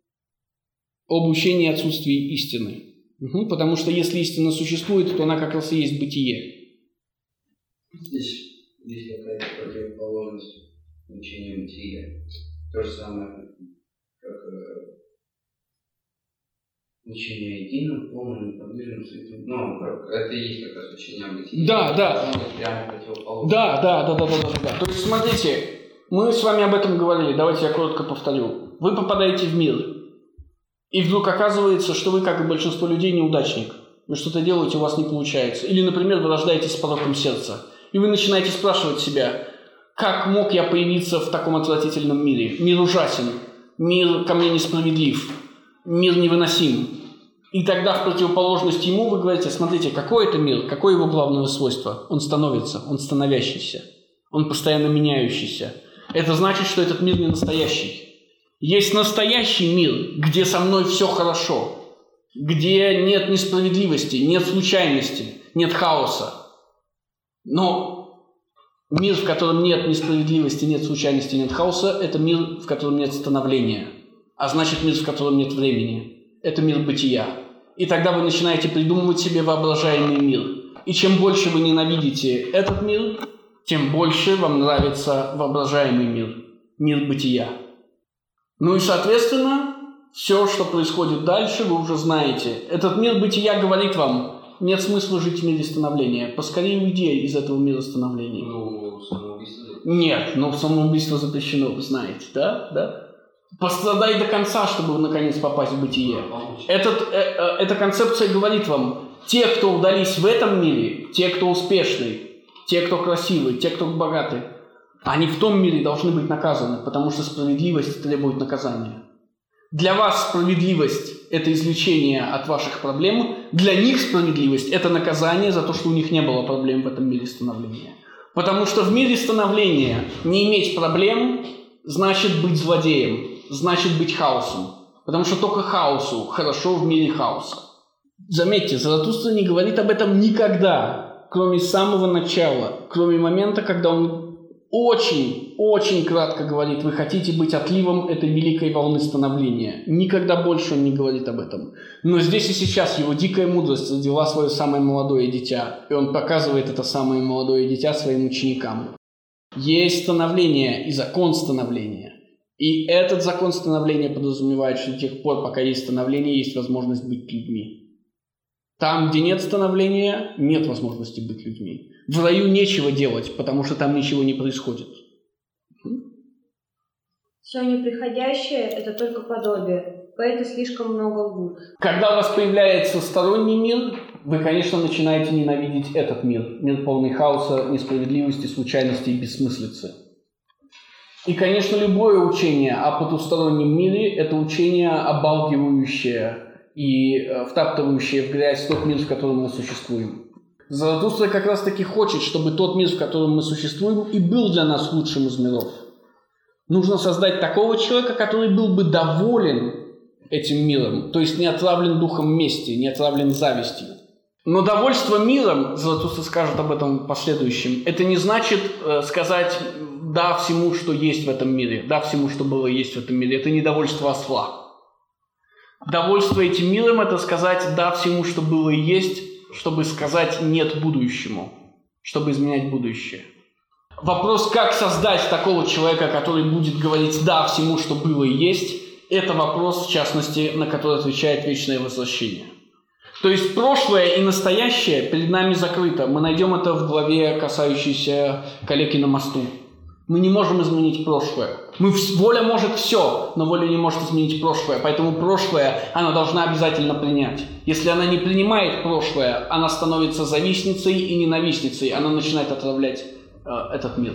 Speaker 1: Об учении отсутствия истины. Угу, потому что если истина существует, то она как раз и есть бытие.
Speaker 3: Здесь есть какая-то противоположность учению бытия. То же самое, как э, учение о едином, полном, неподвижном, сытом. Ну, это и есть как раз учение о бытии.
Speaker 1: Да, да.
Speaker 3: Прямо противоположность.
Speaker 1: Да, да, да, да, да, да, да. То есть, смотрите, мы с вами об этом говорили, давайте я коротко повторю. Вы попадаете в мир, и вдруг оказывается, что вы, как и большинство людей, неудачник. Вы что-то делаете, у вас не получается. Или, например, вы рождаетесь с пороком сердца. И вы начинаете спрашивать себя, как мог я появиться в таком отвратительном мире? Мир ужасен, мир ко мне несправедлив, мир невыносим. И тогда в противоположность ему вы говорите, смотрите, какой это мир, какое его главное свойство? Он становится, он становящийся, он постоянно меняющийся. Это значит, что этот мир не настоящий. Есть настоящий мир, где со мной все хорошо, где нет несправедливости, нет случайности, нет хаоса. Но мир, в котором нет несправедливости, нет случайности, нет хаоса, это мир, в котором нет становления. А значит, мир, в котором нет времени. Это мир бытия. И тогда вы начинаете придумывать себе воображаемый мир. И чем больше вы ненавидите этот мир, тем больше вам нравится воображаемый мир. Мир бытия. Ну и, соответственно, все, что происходит дальше, вы уже знаете. Этот мир бытия говорит вам, нет смысла жить в мире становления. Поскорее уйди из этого мира становления.
Speaker 3: Ну, самоубийство.
Speaker 1: Нет, но самоубийство запрещено, вы знаете, да? Да? Пострадай до конца, чтобы наконец попасть в бытие. Этот, э, э, эта концепция говорит вам, те, кто удались в этом мире, те, кто успешны, те, кто красивы, те, кто богаты, они в том мире должны быть наказаны, потому что справедливость требует наказания. Для вас справедливость – это излечение от ваших проблем. Для них справедливость – это наказание за то, что у них не было проблем в этом мире становления. Потому что в мире становления не иметь проблем значит быть злодеем, значит быть хаосом. Потому что только хаосу хорошо в мире хаоса. Заметьте, Заратустра не говорит об этом никогда, кроме самого начала, кроме момента, когда он очень, очень кратко говорит, вы хотите быть отливом этой великой волны становления. Никогда больше он не говорит об этом. Но здесь и сейчас его дикая мудрость родила свое самое молодое дитя. И он показывает это самое молодое дитя своим ученикам. Есть становление и закон становления. И этот закон становления подразумевает, что до тех пор, пока есть становление, есть возможность быть людьми. Там, где нет становления, нет возможности быть людьми. В раю нечего делать, потому что там ничего не происходит.
Speaker 2: Все неприходящее – это только подобие, поэты слишком много лгут.
Speaker 1: Когда у вас появляется сторонний мир, вы, конечно, начинаете ненавидеть этот мир. Мир полный хаоса, несправедливости, случайности и бессмыслицы. И, конечно, любое учение о потустороннем мире – это учение, обалдивающее и втаптывающее в грязь тот мир, в котором мы существуем. Заратустра как раз-таки хочет, чтобы тот мир, в котором мы существуем, и был для нас лучшим из миров. Нужно создать такого человека, который был бы доволен этим миром, то есть не отравлен духом мести, не отравлен завистью. Но довольство миром, Заратустра скажет об этом в последующем, это не значит э, сказать «да» всему, что есть в этом мире, «да» всему, что было есть в этом мире. Это не довольство осла. Довольство этим миром – это сказать «да» всему, что было и есть, чтобы сказать «нет» будущему, чтобы изменять будущее. Вопрос, как создать такого человека, который будет говорить «да» всему, что было и есть, это вопрос, в частности, на который отвечает вечное возвращение. То есть прошлое и настоящее перед нами закрыто. Мы найдем это в главе, касающейся калеки на мосту. Мы не можем изменить прошлое. Мы, воля может все, но воля не может изменить прошлое. Поэтому прошлое она должна обязательно принять. Если она не принимает прошлое, она становится завистницей и ненавистницей. Она начинает отравлять э, этот мир.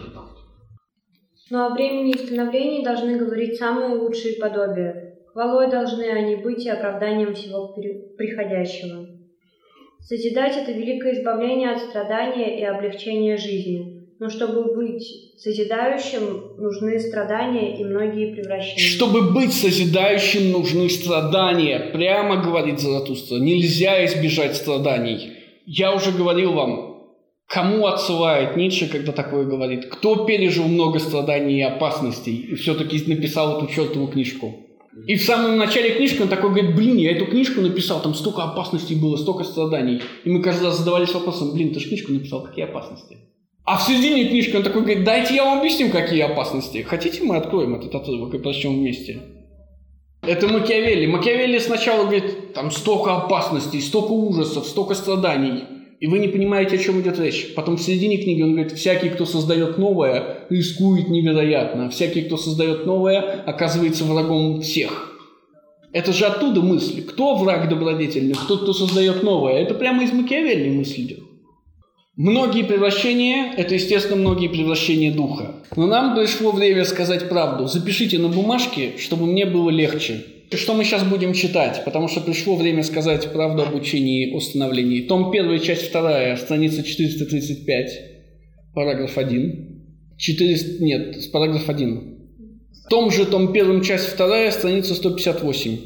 Speaker 2: Но о времени и становлении должны говорить самые лучшие подобия. Хвалой должны они быть и оправданием всего приходящего. Созидать – это великое избавление от страдания и облегчение жизни. Но чтобы быть созидающим, нужны страдания и многие превращения.
Speaker 1: Чтобы быть созидающим, нужны страдания. Прямо говорит Заратустра. Нельзя избежать страданий. Я уже говорил вам, кому отсылает Ницше, когда такое говорит? Кто пережил много страданий и опасностей и все-таки написал эту чертову книжку? И в самом начале книжки он такой говорит: блин, я эту книжку написал, там столько опасностей было, столько страданий. И мы каждый раз задавались вопросом: блин, ты же книжку написал, какие опасности? А в середине книжки он такой говорит: дайте я вам объясню, какие опасности. Хотите, мы откроем этот отрывок и прочтем вместе? Это Макиавелли. Макиавелли сначала говорит: там столько опасностей, столько ужасов, столько страданий. И вы не понимаете, о чем идет речь. Потом в середине книги он говорит: всякий, кто создает новое, рискует невероятно. Всякий, кто создает новое, оказывается врагом всех. Это же оттуда мысль. Кто враг добродетельный? Тот, кто создает новое. Это прямо из Макиавелли мысль идет. Многие превращения – это, естественно, многие превращения духа. Но нам пришло время сказать правду. Запишите на бумажке, чтобы мне было легче. Что мы сейчас будем читать? Потому что пришло время сказать правду об учении о становлении. Том один, часть два, страница четыреста тридцать пять, параграф один. четыреста... Нет, параграф один. Том же, том один, часть два, страница сто пятьдесят восемь.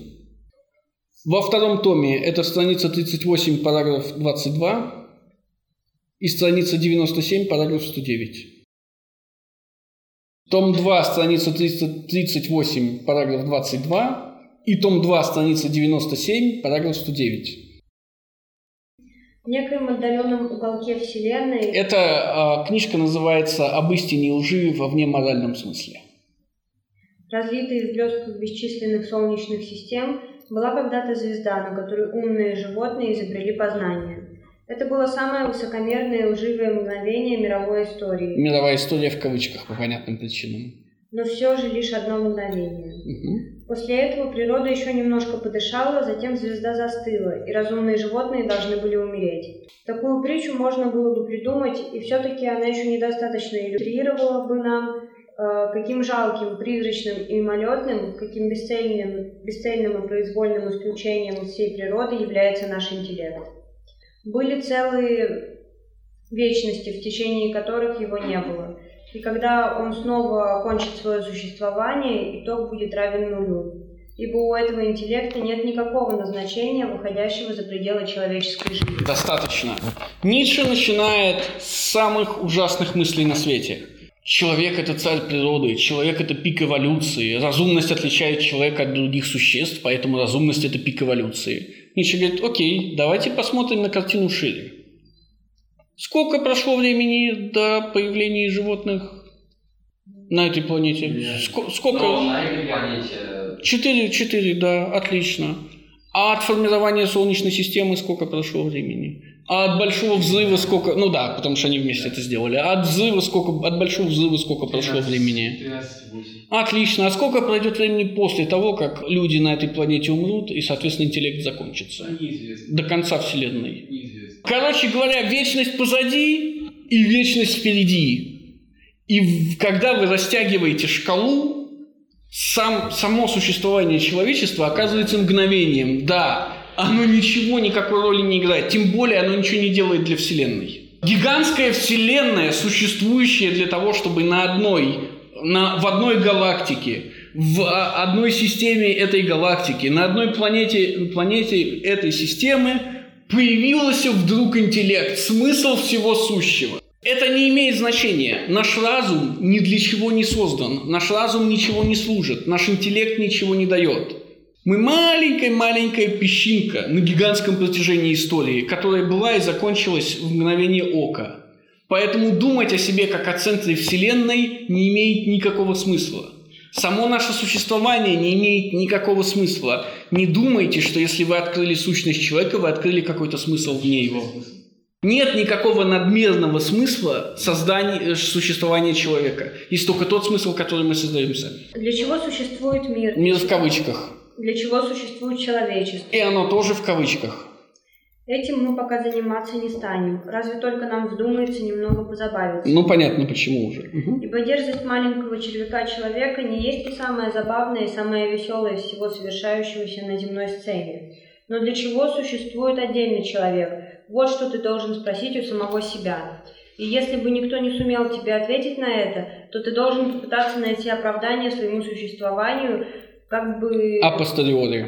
Speaker 1: Во втором томе это страница тридцать восемь, параграф двадцать два. И страница девяносто семь, параграф сто девять. Том два, страница триста тридцать восемь, параграф двадцать два. И том два, страница девяносто семь, параграф сто девять.
Speaker 2: В некоем отдаленном уголке Вселенной...
Speaker 1: Эта э, книжка называется «Об истине и лжи во внеморальном смысле».
Speaker 2: Разлитая в блестках бесчисленных солнечных систем, была когда-то звезда, на которой умные животные изобрели познание. Это было самое высокомерное и лживое мгновение мировой истории.
Speaker 1: Мировая история в кавычках, по понятным причинам.
Speaker 2: Но все же лишь одно мгновение.
Speaker 1: Угу.
Speaker 2: После этого природа еще немножко подышала, затем звезда застыла, и разумные животные должны были умереть. Такую притчу можно было бы придумать, и все-таки она еще недостаточно иллюстрировала бы нам, э, каким жалким, призрачным и мимолетным, каким бесцельным, бесцельным и произвольным исключением всей природы является наш интеллект. Были целые вечности, в течение которых его не было. И когда он снова окончит свое существование, итог будет равен нулю. Ибо у этого интеллекта нет никакого назначения, выходящего за пределы человеческой жизни.
Speaker 1: Достаточно. Ницше начинает с самых ужасных мыслей на свете. Человек – это царь природы, человек – это пик эволюции. Разумность отличает человека от других существ, поэтому разумность – это пик эволюции. Ницше говорит: окей, давайте посмотрим на картину шире. Сколько прошло времени до появления животных на этой планете? Ск- сколько?
Speaker 3: Но на этой планете...
Speaker 1: Четыре, четыре, да, отлично. А от формирования Солнечной системы сколько прошло времени? А от большого взрыва сколько... Ну да, потому что они вместе это сделали. А от взрыва сколько... От большого взрыва сколько прошло времени?
Speaker 5: тринадцать восемь.
Speaker 1: Отлично. А сколько пройдет времени после того, как люди на этой планете умрут, и, соответственно, интеллект закончится?
Speaker 5: Неизвестно.
Speaker 1: До конца Вселенной.
Speaker 5: Неизвестно.
Speaker 1: Короче говоря, вечность позади и вечность впереди. И в- когда вы растягиваете шкалу, сам, само существование человечества оказывается мгновением. Да, оно ничего, никакой роли не играет. Тем более оно ничего не делает для Вселенной. Гигантская Вселенная, существующая для того, чтобы на одной, на, в одной галактике, в а, одной системе этой галактики, на одной планете, планете этой системы появился вдруг интеллект, смысл всего сущего. Это не имеет значения. Наш разум ни для чего не создан. Наш разум ничего не служит. Наш интеллект ничего не дает. Мы маленькая-маленькая песчинка на гигантском протяжении истории, которая была и закончилась в мгновение ока. Поэтому думать о себе как о центре Вселенной не имеет никакого смысла. Само наше существование не имеет никакого смысла. Не думайте, что если вы открыли сущность человека, вы открыли какой-то смысл вне его. Нет никакого надмерного смысла создания, существования человека. Есть только тот смысл, который мы создаем сами.
Speaker 2: Для чего существует мир?
Speaker 1: Мир в кавычках.
Speaker 2: Для чего существует человечество?
Speaker 1: И оно тоже в кавычках.
Speaker 2: Этим мы пока заниматься не станем, разве только нам вздумается немного позабавиться.
Speaker 1: Ну, понятно, почему уже. Угу.
Speaker 2: Ибо дерзость маленького червяка человека не есть ли самое забавное и самое веселое из всего совершающегося на земной сцене. Но для чего существует отдельный человек? Вот что ты должен спросить у самого себя. И если бы никто не сумел тебе ответить на это, то ты должен попытаться найти оправдание своему существованию, как бы...
Speaker 1: Апостериори.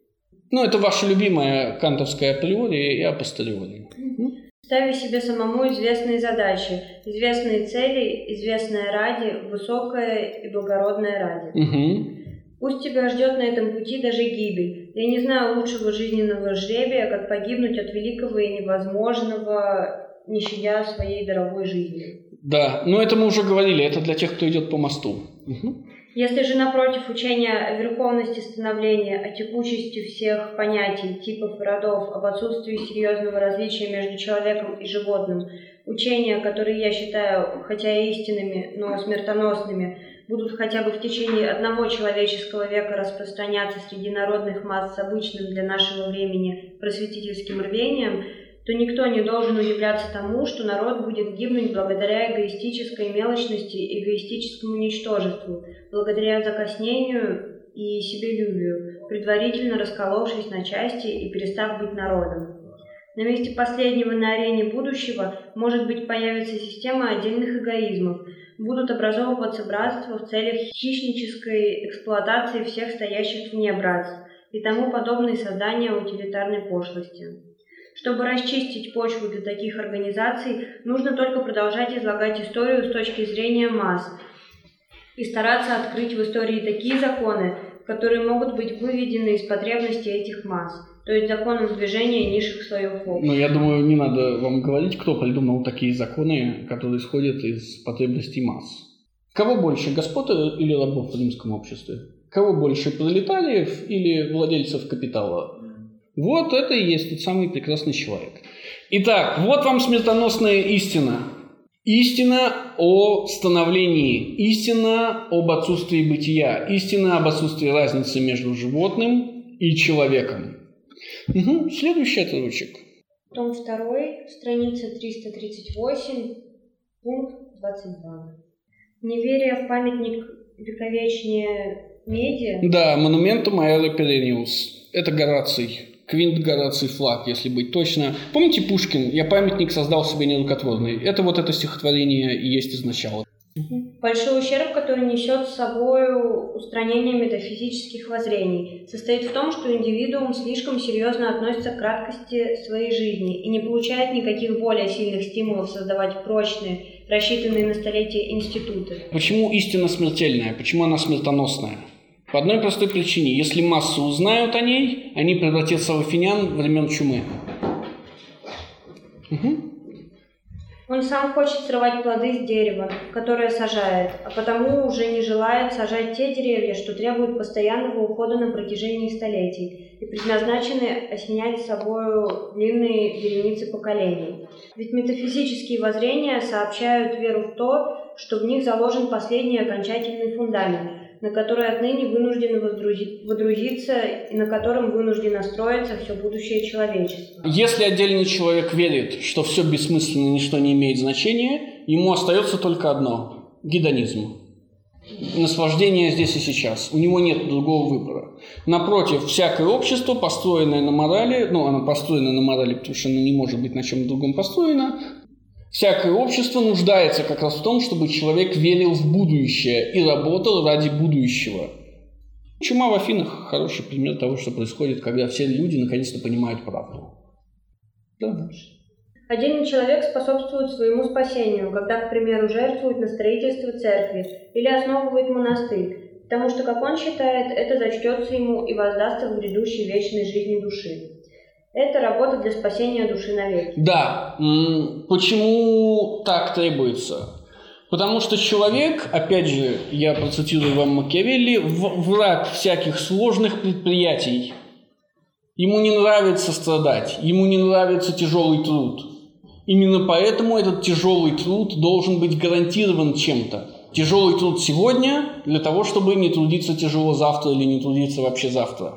Speaker 1: Ну, это ваша любимая кантовская априори и апостериори.
Speaker 2: Ставя себе самому известные задачи, известные цели, известное ради, высокое и благородное ради.
Speaker 1: Угу.
Speaker 2: Пусть тебя ждет на этом пути даже гибель. Я не знаю лучшего жизненного жребия, как погибнуть от великого и невозможного, не щадя своей дорогой жизни.
Speaker 1: Да, но это мы уже говорили, это для тех, кто идет по мосту. Угу.
Speaker 2: Если же, напротив, учение о верховности становления, о текучести всех понятий, типов и родов, об отсутствии серьезного различия между человеком и животным, учения, которые я считаю, хотя и истинными, но смертоносными, будут хотя бы в течение одного человеческого века распространяться среди народных масс с обычным для нашего времени просветительским рвением, то никто не должен удивляться тому, что народ будет гибнуть благодаря эгоистической мелочности и эгоистическому ничтожеству, благодаря закоснению и себелюбию, предварительно расколовшись на части и перестав быть народом. На месте последнего на арене будущего, может быть, появится система отдельных эгоизмов, будут образовываться братства в целях хищнической эксплуатации всех стоящих вне братств и тому подобные создания утилитарной пошлости. Чтобы расчистить почву для таких организаций, нужно только продолжать излагать историю с точки зрения масс и стараться открыть в истории такие законы, которые могут быть выведены из потребностей этих масс, то есть законов движения низших слоев общества.
Speaker 1: Ну, я думаю, не надо вам говорить, кто придумал такие законы, которые исходят из потребностей масс. Кого больше, господ или рабов в римском обществе? Кого больше, пролетариев или владельцев капитала? Вот это и есть тот самый прекрасный человек. Итак, вот вам смертоносная истина. Истина о становлении, истина об отсутствии бытия, истина об отсутствии разницы между животным и человеком. Угу. Следующий отрывочек.
Speaker 2: Том второй, страница триста тридцать восемь, пункт двадцать два. Неверие в памятник вековечнее меди.
Speaker 1: Да, монументум аэро перениус. Это Гораций. Квинт Гораций Флаг, если быть точно. Помните Пушкин? «Я памятник создал себе нерукотворный». Это вот это стихотворение и есть изначало.
Speaker 2: Большой ущерб, который несет с собой устранение метафизических воззрений, состоит в том, что индивидуум слишком серьезно относится к краткости своей жизни и не получает никаких более сильных стимулов создавать прочные, рассчитанные на столетия институты.
Speaker 1: Почему истина смертельная? Почему она смертоносная? По одной простой причине. Если массы узнают о ней, они превратятся в афинян времен чумы. Угу.
Speaker 2: Он сам хочет срывать плоды с дерева, которое сажает, а потому уже не желает сажать те деревья, что требуют постоянного ухода на протяжении столетий и предназначены осенять собою длинные вереницы поколений. Ведь метафизические воззрения сообщают веру в то, что в них заложен последний окончательный фундамент, на который отныне вынуждено водрузиться и на котором вынуждено строиться все будущее человечества.
Speaker 1: Если отдельный человек верит, что все бессмысленно, ничто не имеет значения, ему остается только одно – гедонизм. Наслаждение здесь и сейчас. У него нет другого выбора. Напротив, всякое общество, построенное на морали, ну, оно построено на морали, потому что оно не может быть на чем другом построено, всякое общество нуждается как раз в том, чтобы человек верил в будущее и работал ради будущего. Чума в Афинах – хороший пример того, что происходит, когда все люди наконец-то понимают правду. Да.
Speaker 2: Отдельный человек способствует своему спасению, когда, к примеру, жертвует на строительство церкви или основывает монастырь, потому что, как он считает, это зачтется ему и воздастся в грядущей вечной жизни души. Это работа для спасения души навеки.
Speaker 1: Да. Почему так требуется? Потому что человек, опять же, я процитирую вам Макиавелли, враг всяких сложных предприятий. Ему не нравится страдать, ему не нравится тяжелый труд. Именно поэтому этот тяжелый труд должен быть гарантирован чем-то. Тяжелый труд сегодня для того, чтобы не трудиться тяжело завтра или не трудиться вообще завтра.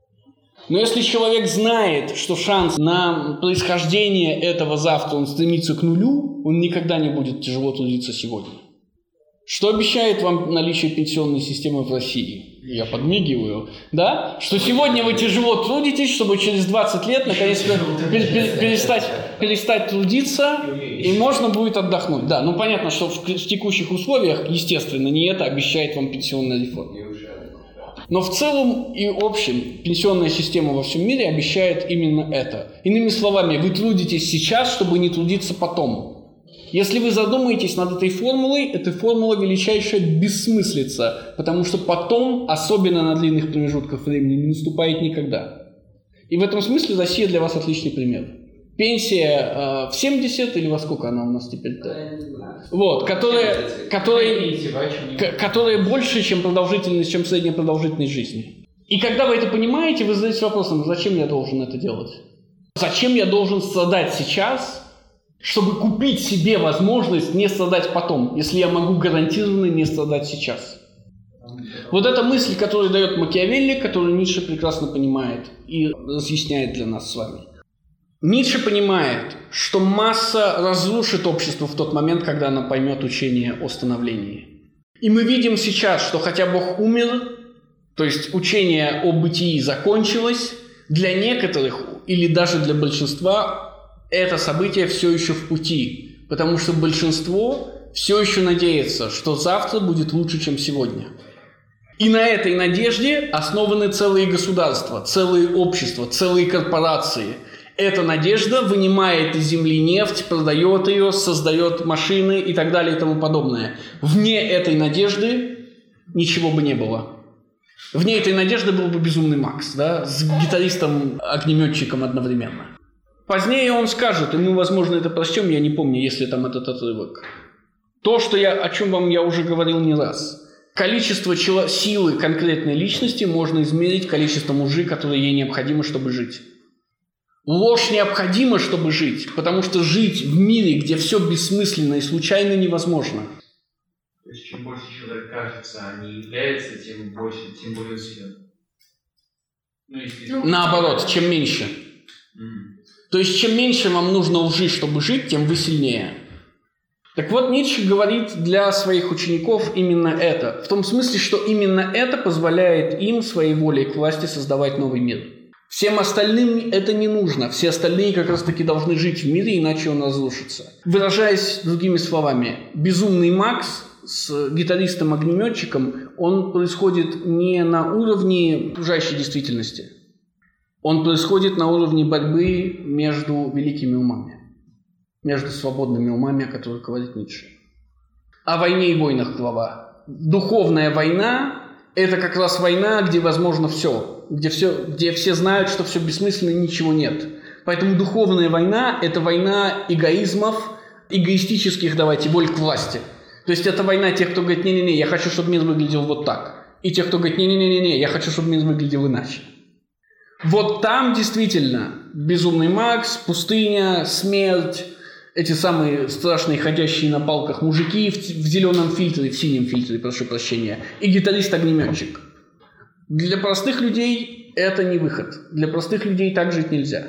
Speaker 1: Но если человек знает, что шанс на происхождение этого завтра он стремится к нулю, он никогда не будет тяжело трудиться сегодня. Что обещает вам наличие пенсионной системы в России? Я подмигиваю. Да? Что сегодня вы тяжело трудитесь, чтобы через двадцать лет наконец-то перестать, перестать трудиться, и можно будет отдохнуть. Да, ну понятно, что в, в текущих условиях, естественно, не это обещает вам пенсионная реформа. Но в целом и общем пенсионная система во всем мире обещает именно это. Иными словами, вы трудитесь сейчас, чтобы не трудиться потом. Если вы задумаетесь над этой формулой, эта формула величайшая бессмыслица, потому что потом, особенно на длинных промежутках времени, не наступает никогда. И в этом смысле Россия для вас отличный пример. Пенсия э, в семьдесят, или во сколько она у нас теперь-то? Вот, которая, которая, которая больше, чем продолжительность, чем средняя продолжительность жизни. И когда вы это понимаете, вы задаетесь вопросом, зачем я должен это делать? Зачем я должен страдать сейчас, чтобы купить себе возможность не страдать потом, если я могу гарантированно не страдать сейчас? Вот эта мысль, которую дает Макиавелли, которую Ницше прекрасно понимает и разъясняет для нас с вами. Ницше понимает, что масса разрушит общество в тот момент, когда она поймет учение о становлении. И мы видим сейчас, что хотя Бог умер, то есть учение о бытии закончилось, для некоторых или даже для большинства это событие все еще в пути, потому что большинство все еще надеется, что завтра будет лучше, чем сегодня. И на этой надежде основаны целые государства, целые общества, целые корпорации. Эта надежда вынимает из земли нефть, продает ее, создает машины и так далее и тому подобное. Вне этой надежды ничего бы не было. Вне этой надежды был бы безумный Макс, да, с гитаристом-огнеметчиком одновременно. Позднее он скажет, и мы, возможно, это прочтем, я не помню, если там этот отрывок. То, что я, о чем вам я уже говорил не раз. Количество чело- силы конкретной личности можно измерить количеством лжи, которое ей необходимо, чтобы жить. Ложь необходима, чтобы жить, потому что жить в мире, где все бессмысленно и случайно, невозможно.
Speaker 6: То есть, чем больше человек кажется, а не является, тем больше, тем более силен. Ну, если...
Speaker 1: Наоборот, чем меньше.
Speaker 6: Mm.
Speaker 1: То есть, чем меньше вам нужно лжи, чтобы жить, тем вы сильнее. Так вот, Ницше говорит для своих учеников именно это. В том смысле, что именно это позволяет им своей волей к власти создавать новый мир. Всем остальным это не нужно. Все остальные как раз-таки должны жить в мире, иначе он разрушится. Выражаясь другими словами, безумный Макс с гитаристом-огнеметчиком, он происходит не на уровне окружающей действительности. Он происходит на уровне борьбы между великими умами. Между свободными умами, о которых говорит Ницше. О войне и войнах глава. Духовная война – это как раз война, где возможно все. Где, все, где все знают, что все бессмысленно и ничего нет. Поэтому духовная война – это война эгоизмов, эгоистических, давайте, воль к власти. То есть это война тех, кто говорит, не-не-не, я хочу, чтобы мир выглядел вот так. И тех, кто говорит, не-не-не-не, я хочу, чтобы мир выглядел иначе. Вот там действительно Безумный Макс, пустыня, смерть, эти самые страшные ходящие на палках мужики в, в зеленом фильтре, в синем фильтре, прошу прощения, и гитарист-огнеметчик. Для простых людей это не выход. Для простых людей так жить нельзя.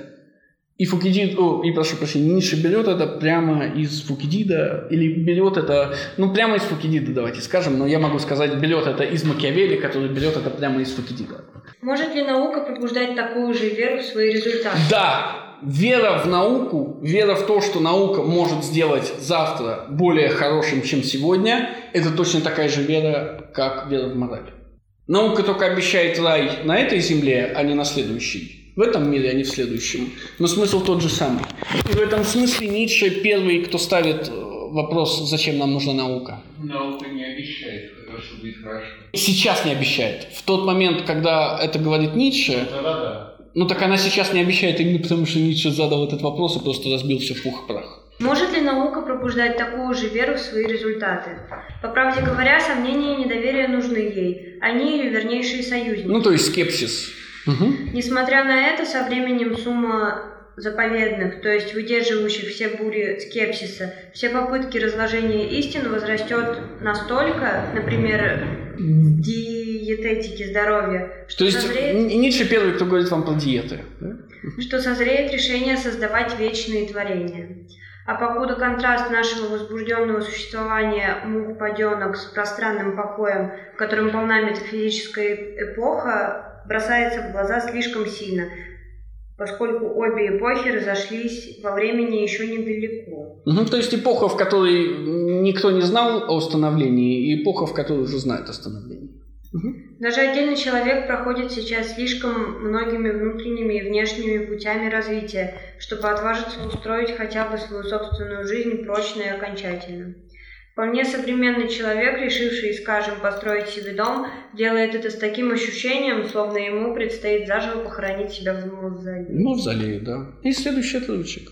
Speaker 1: И Фукидид, о, и прошу прощения, Ницше берет это прямо из Фукидида, или берет это, ну прямо из Фукидида, давайте скажем, но я могу сказать, берет это из Макиавелли, который берет это прямо из Фукидида.
Speaker 2: Может ли наука пробуждать такую же веру в свои результаты?
Speaker 1: Да, вера в науку, вера в то, что наука может сделать завтра более хорошим, чем сегодня, это точно такая же вера, как вера в мораль. Наука только обещает рай на этой земле, а не на следующей. В этом мире, а не в следующем. Но смысл тот же самый. И в этом смысле Ницше первый, кто ставит вопрос, зачем нам нужна наука.
Speaker 6: Наука не обещает, что будет хорошо.
Speaker 1: Сейчас не обещает. В тот момент, когда это говорит Ницше,
Speaker 6: Да-да-да.
Speaker 1: ну так она сейчас не обещает именно потому, что Ницше задал этот вопрос и просто разбил все в пух и прах.
Speaker 2: Может ли наука пробуждать такую же веру в свои результаты? По правде говоря, сомнения и недоверие нужны ей. Они ее вернейшие союзники.
Speaker 1: Ну, то есть скепсис. Угу.
Speaker 2: Несмотря на это, со временем сумма заповедных, то есть выдерживающих все бури скепсиса, все попытки разложения истин возрастет настолько, например, в диететике здоровья, что
Speaker 1: то есть
Speaker 2: созреет,
Speaker 1: Ницше первый, кто говорит вам про диеты. Да?
Speaker 2: что созреет решение создавать вечные творения. А покуда контраст нашего возбужденного существования мух-паденок с пространным покоем, которым полна метафизическая эпоха, бросается в глаза слишком сильно, поскольку обе эпохи разошлись во времени еще недалеко.
Speaker 1: Угу, то есть эпоха, в которой никто не знал о становлении, и эпоха, в которой уже знают о становлении. Угу.
Speaker 2: Даже отдельный человек проходит сейчас слишком многими внутренними и внешними путями развития, чтобы отважиться устроить хотя бы свою собственную жизнь прочно и окончательно. Вполне современный человек, решивший, скажем, построить себе дом, делает это с таким ощущением, словно ему предстоит заживо похоронить себя в мавзолее.
Speaker 1: Мавзолее, да. И следующий отрывочек.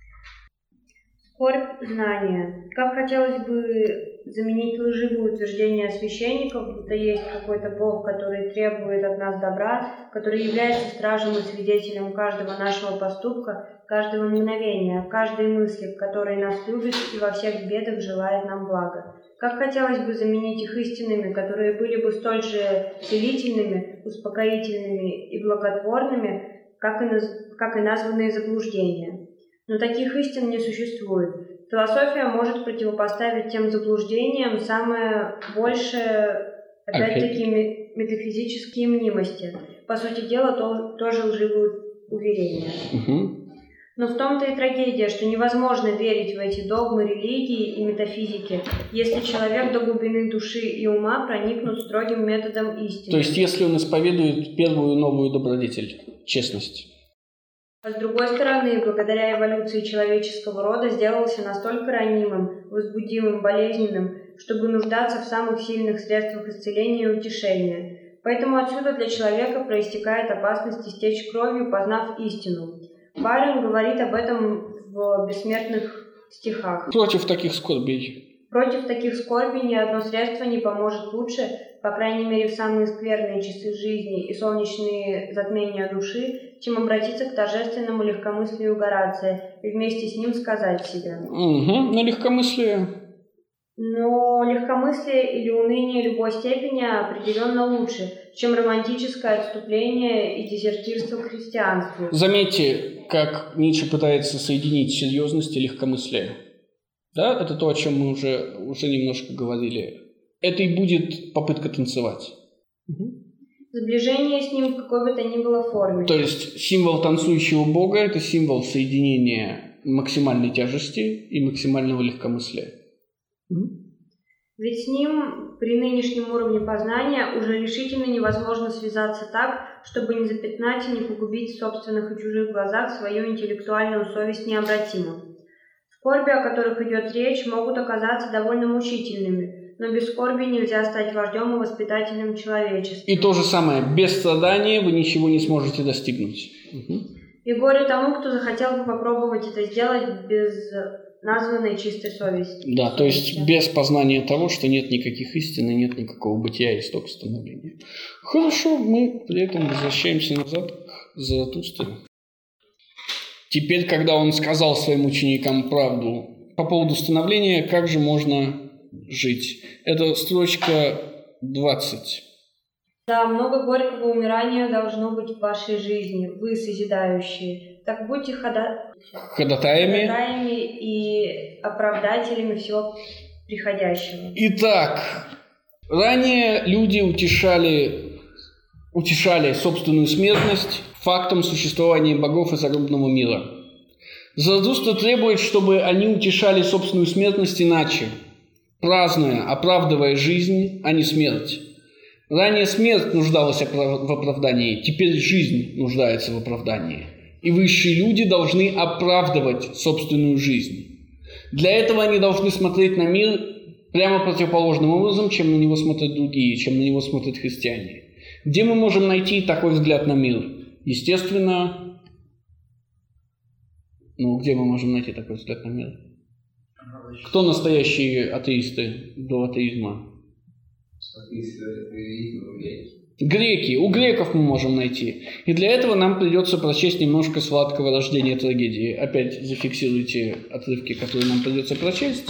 Speaker 2: Скорбь знания. Как хотелось бы заменить лживые утверждения священников, будто есть какой-то Бог, который требует от нас добра, который является стражем и свидетелем каждого нашего поступка, каждого мгновения, каждой мысли, которой нас любит и во всех бедах желает нам блага. Как хотелось бы заменить их истинами, которые были бы столь же целительными, успокоительными и благотворными, как и, наз... как и названные заблуждения. Но таких истин не существует. Философия может противопоставить тем заблуждениям самое большее, опять-таки, okay. метафизические мнимости. По сути дела, то, тоже лживые уверения.
Speaker 1: Uh-huh.
Speaker 2: Но в том-то и трагедия, что невозможно верить в эти догмы религии и метафизики, если человек до глубины души и ума проникнут строгим методом истины.
Speaker 1: То есть, если он исповедует первую новую добродетель – честность.
Speaker 2: А с другой стороны, благодаря эволюции человеческого рода сделался настолько ранимым, возбудимым, болезненным, чтобы нуждаться в самых сильных средствах исцеления и утешения. Поэтому отсюда для человека проистекает опасность истечь кровью, познав истину. Байрон говорит об этом в бессмертных стихах.
Speaker 1: Против таких скорбей.
Speaker 2: Против таких скорбей ни одно средство не поможет лучше, по крайней мере в самые скверные часы жизни и солнечные затмения души, чем обратиться к торжественному легкомыслию Горация и вместе с ним сказать себе.
Speaker 1: Угу, но легкомыслие.
Speaker 2: Но легкомыслие или уныние любой степени определенно лучше, чем романтическое отступление и дезертирство к христианству.
Speaker 1: Заметьте, как Ницше пытается соединить серьезность и легкомыслие. Да, это то, о чем мы уже, уже немножко говорили. Это и будет попытка танцевать. Угу.
Speaker 2: Сближение с ним в какой бы то ни было форме.
Speaker 1: То есть символ танцующего Бога – это символ соединения максимальной тяжести и максимального легкомыслия. Угу.
Speaker 2: Ведь с ним при нынешнем уровне познания уже решительно невозможно связаться так, чтобы не запятнать и не погубить в собственных и чужих глазах свою интеллектуальную совесть необратимо. Скорби, о которых идет речь, могут оказаться довольно мучительными, но без скорби нельзя стать вождем и воспитателем человечества.
Speaker 1: И то же самое, без страдания вы ничего не сможете достигнуть. Угу.
Speaker 2: И горе тому, кто захотел бы попробовать это сделать без названной чистой совестью.
Speaker 1: Да, то есть без познания того, что нет никаких истин и нет никакого бытия и исток становления. Хорошо, мы при этом возвращаемся назад к Заратустре. Теперь, когда он сказал своим ученикам правду по поводу становления, как же можно жить? Это строчка двадцать.
Speaker 2: Да, много горького умирания должно быть в вашей жизни, вы созидающие. Так будьте хода...
Speaker 1: ходатаями.
Speaker 2: ходатаями и оправдателями всего приходящего.
Speaker 1: Итак, ранее люди утешали, утешали собственную смертность фактом существования богов и загробного мира. Заратустра требует, чтобы они утешали собственную смертность иначе, празднуя, оправдывая жизнь, а не смерть. Ранее смерть нуждалась в оправдании, теперь жизнь нуждается в оправдании. И высшие люди должны оправдывать собственную жизнь. Для этого они должны смотреть на мир прямо противоположным образом, чем на него смотрят другие, чем на него смотрят христиане. Где мы можем найти такой взгляд на мир? Естественно, ну где мы можем найти такой взгляд на мир? Кто настоящие атеисты до атеизма? Греки. У греков мы можем найти. И для этого нам придется прочесть немножко сладкого рождения трагедии. Опять зафиксируйте отрывки, которые нам придется прочесть.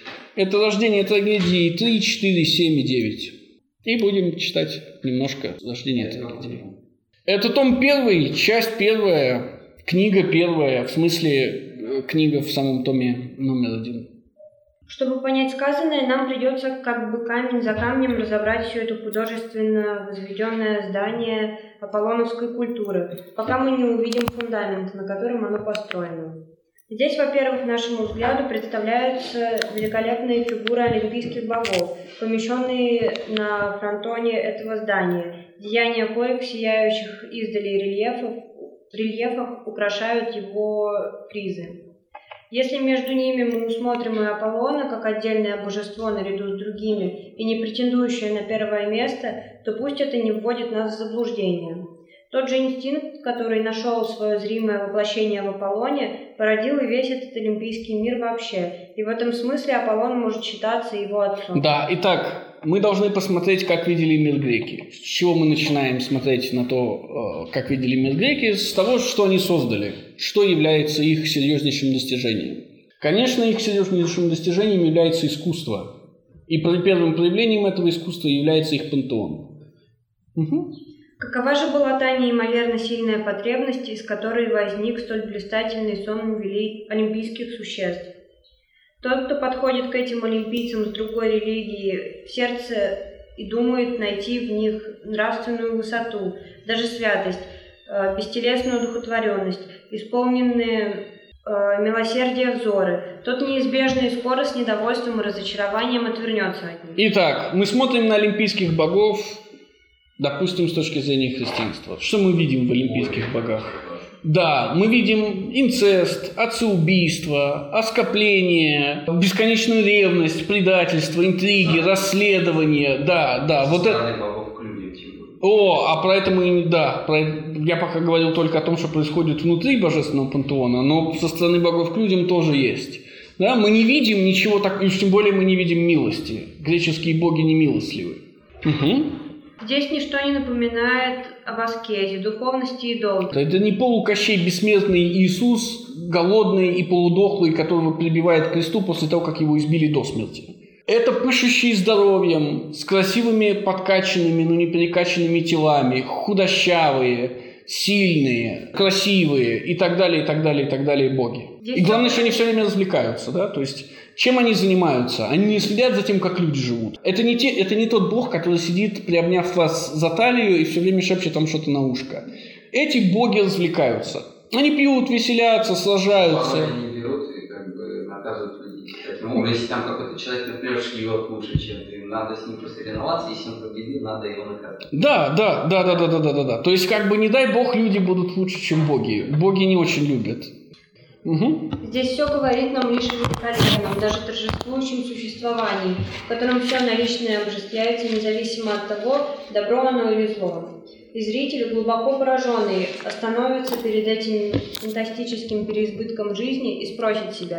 Speaker 1: Это рождение трагедии три, четыре, семь и девять. И будем читать немножко рождения трагедии. Это том первый, часть первая, книга первая, в смысле книга в самом томе номер один.
Speaker 2: Чтобы понять сказанное, нам придется как бы камень за камнем разобрать все это художественно возведенное здание аполлоновской культуры, пока мы не увидим фундамент, на котором оно построено. Здесь, во-первых, нашему взгляду представляются великолепные фигуры олимпийских богов, помещенные на фронтоне этого здания, деяния коих в сияющих издали рельефов, рельефах украшают его фризы. Если между ними мы усмотрим и Аполлона как отдельное божество наряду с другими и не претендующее на первое место, то пусть это не вводит нас в заблуждение. Тот же инстинкт, который нашел свое зримое воплощение в Аполлоне, породил и весь этот олимпийский мир вообще. И в этом смысле Аполлон может считаться его отцом.
Speaker 1: Да, итак, мы должны посмотреть, как видели мир греки. С чего мы начинаем смотреть на то, как видели мир греки? С того, что они создали, что является их серьезнейшим достижением. Конечно, их серьезнейшим достижением является искусство. И первым проявлением этого искусства является их пантеон. Угу.
Speaker 2: Какова же была та неимоверно сильная потребность, из которой возник столь блистательный сон олимпийских существ? Тот, кто подходит к этим олимпийцам с другой религии в сердце и думает найти в них нравственную высоту, даже святость, бестелесную одухотворенность, исполненные милосердия взоры, тот неизбежно и скоро с недовольством и разочарованием отвернется от них.
Speaker 1: Итак, мы смотрим на олимпийских богов, допустим, с точки зрения христианства. Что мы видим в олимпийских богах? Да, мы видим инцест, отцеубийство, оскопление, бесконечную ревность, предательство, интриги, расследование. Да, да, вот это... О, а про это мы... Да, про... я пока говорил только о том, что происходит внутри божественного пантеона, но со стороны богов к людям тоже есть. Да, мы не видим ничего так, и уж тем более мы не видим милости. Греческие боги не милостливы. Угу.
Speaker 2: Здесь ничто не напоминает об аскезе, духовности и долге.
Speaker 1: Это не полукощей бессмертный Иисус, голодный и полудохлый, которого прибивает к кресту после того, как его избили до смерти. Это пышущие здоровьем, с красивыми подкачанными, но не перекачанными телами, худощавые, сильные, красивые и так далее, и так далее, и так далее боги. Здесь и главное, что они все время развлекаются, да, то есть чем они занимаются? Они не следят за тем, как люди живут. Это не, те, это не тот бог, который сидит, приобняв вас за талию и все время шепчет там что-то на ушко. Эти боги развлекаются. Они пьют, веселятся, сражаются.
Speaker 3: Они берут и как бы наказывают людей. Ну, если там какой-то человек, например, шьет лучше, чем ты, надо с ним просто ревноваться, если он победил, надо его наказать.
Speaker 1: Да, да, да, да, да, да, да, да, да. То есть, как бы, не дай бог, люди будут лучше, чем боги. Боги не очень любят. Угу.
Speaker 2: Здесь все говорит нам лишь о великолепном, даже торжествующем существовании, в котором все наличное обожествляется независимо от того, добро оно или зло. И зритель, глубоко пораженный, остановится перед этим фантастическим переизбытком жизни и спросит себя,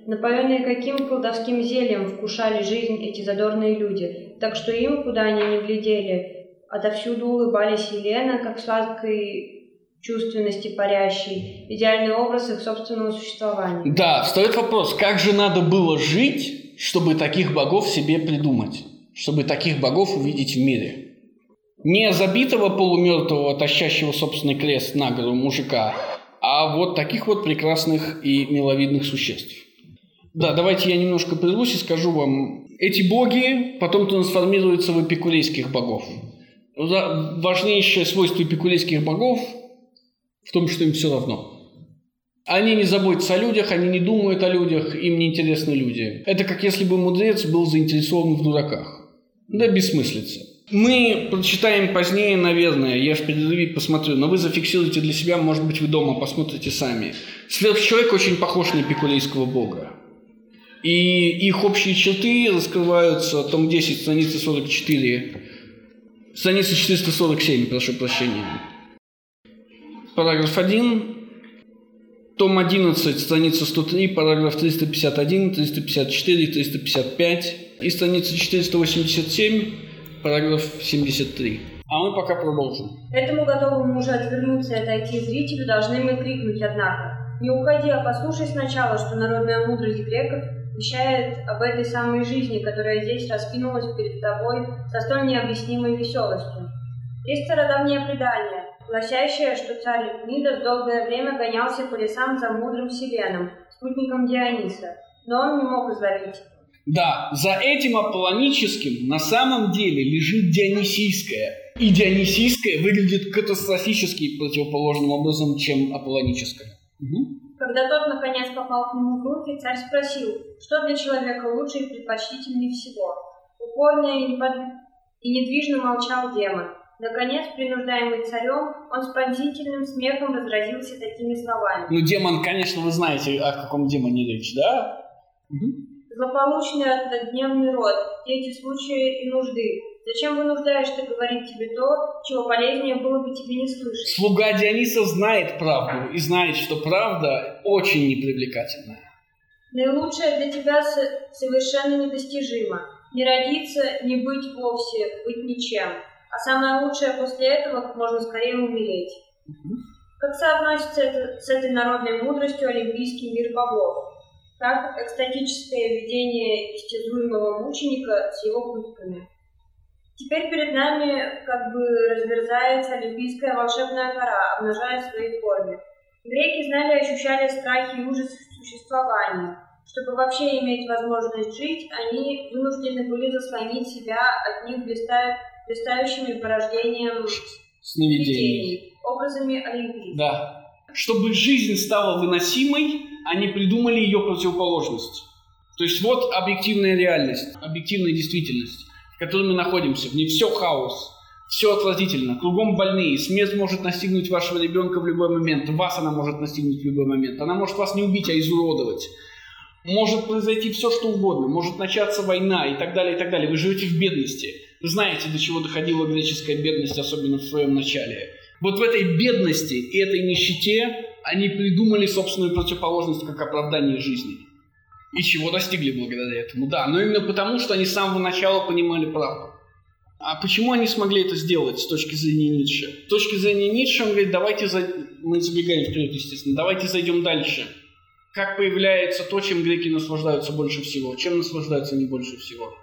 Speaker 2: напоенные каким колдовским зельем вкушали жизнь эти задорные люди, так что им, куда они ни глядели, отовсюду улыбались Елена, как сладкой чувственности парящей, идеальный образ их собственного существования.
Speaker 1: Да, встает вопрос, как же надо было жить, чтобы таких богов себе придумать, чтобы таких богов увидеть в мире. Не забитого полумертвого, тащащего собственный крест на гору мужика, а вот таких вот прекрасных и миловидных существ. Да, давайте я немножко прервусь и скажу вам. Эти боги потом трансформируются в эпикурейских богов. Важнейшее свойство эпикурейских богов в том, что им все равно. Они не заботятся о людях, они не думают о людях, им не интересны люди. Это как если бы мудрец был заинтересован в дураках. Да, бессмыслица. Мы прочитаем позднее, наверное, я в перерыве посмотрю, но вы зафиксируете для себя, может быть, вы дома посмотрите сами. Сверхчеловек очень похож на эпикурейского бога. И их общие черты раскрываются, том десять, страница сорок четыре, страница четыреста сорок семь, прошу прощения. Параграф один, том одиннадцать, страница сто три, параграф триста пятьдесят один, триста пятьдесят четыре, триста пятьдесят пять и страница четыреста восемьдесят семь, параграф семьдесят три. А мы пока продолжим.
Speaker 2: Этому готовому уже отвернуться и отойти зрителю должны мы крикнуть, однако: не уходи, а послушай сначала, что народная мудрость греков вещает об этой самой жизни, которая здесь раскинулась перед тобой со столь необъяснимой веселостью. Есть стародавнее предание, гласящее, что царь Мидас долгое время гонялся по лесам за мудрым Селеном, спутником Диониса, но он не мог изловить.
Speaker 1: Да, за этим аполлоническим на самом деле лежит дионисийское. И дионисийское выглядит катастрофически противоположным образом, чем аполлоническое. Угу.
Speaker 2: Когда тот, наконец, попал к нему в руки, царь спросил, что для человека лучше и предпочтительнее всего. Упорно и, непод... и недвижно молчал демон. Наконец, принуждаемый царем, он с пронзительным смехом разразился такими словами.
Speaker 1: Ну, демон, конечно, вы знаете, о каком демоне речь, да? Угу.
Speaker 2: Злополучный однодневный род, эти случаи и нужды. Зачем вынуждаешь ты говорить тебе то, чего полезнее было бы тебе не слышать?
Speaker 1: Слуга Диониса знает правду и знает, что правда очень непривлекательна.
Speaker 2: Наилучшее для тебя совершенно недостижимо. Не родиться, не быть вовсе, быть ничем. А самое лучшее после этого как можно скорее умереть. Угу. Как соотносится это с этой народной мудростью олимпийский мир богов? Как экстатическое видение истязуемого мученика с его пытками. Теперь перед нами как бы разверзается олимпийская волшебная гора, обнажая свои формы. Греки знали и ощущали страхи и ужас существования. Чтобы вообще иметь возможность жить, они вынуждены были заслонить себя от них блистая... блистающими порождением сновидений, образами олимпийцев.
Speaker 1: Да. Чтобы жизнь стала выносимой, они придумали ее противоположность. То есть вот объективная реальность, объективная действительность, в которой мы находимся. В ней все хаос, все отвратительно, кругом больные. Смерть может настигнуть вашего ребенка в любой момент, вас она может настигнуть в любой момент. Она может вас не убить, а изуродовать. Может произойти все, что угодно, может начаться война и так далее, и так далее. Вы живете в бедности. Вы знаете, до чего доходила греческая бедность, особенно в своем начале. Вот в этой бедности и этой нищете они придумали собственную противоположность как оправдание жизни. И чего достигли благодаря этому? Да, но именно потому, что они с самого начала понимали правду. А почему они смогли это сделать с точки зрения Ницше? С точки зрения Ницше он говорит, давайте, за... мы забегаем вперед, естественно, давайте зайдем дальше. Как появляется то, чем греки наслаждаются больше всего? Чем наслаждаются они больше всего?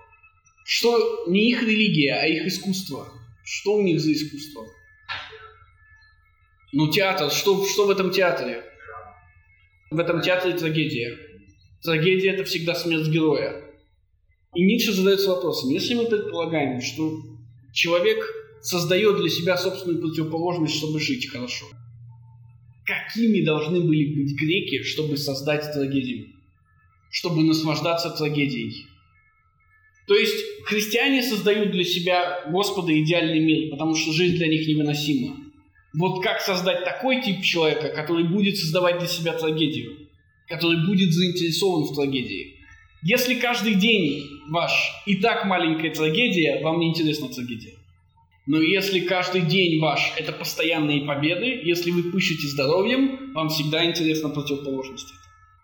Speaker 1: Что не их религия, а их искусство. Что у них за искусство? Ну, театр. Что, что в этом театре? В этом театре трагедия. Трагедия – это всегда смерть героя. И Ницше задается вопросом, если мы предполагаем, что человек создает для себя собственную противоположность, чтобы жить хорошо, какими должны были быть греки, чтобы создать трагедию? Чтобы наслаждаться трагедией? То есть христиане создают для себя Господа идеальный мир, потому что жизнь для них невыносима. Вот как создать такой тип человека, который будет создавать для себя трагедию, который будет заинтересован в трагедии? Если каждый день ваш и так маленькая трагедия, вам не интересна трагедия. Но если каждый день ваш – это постоянные победы, если вы пышете здоровьем, вам всегда интересна противоположность.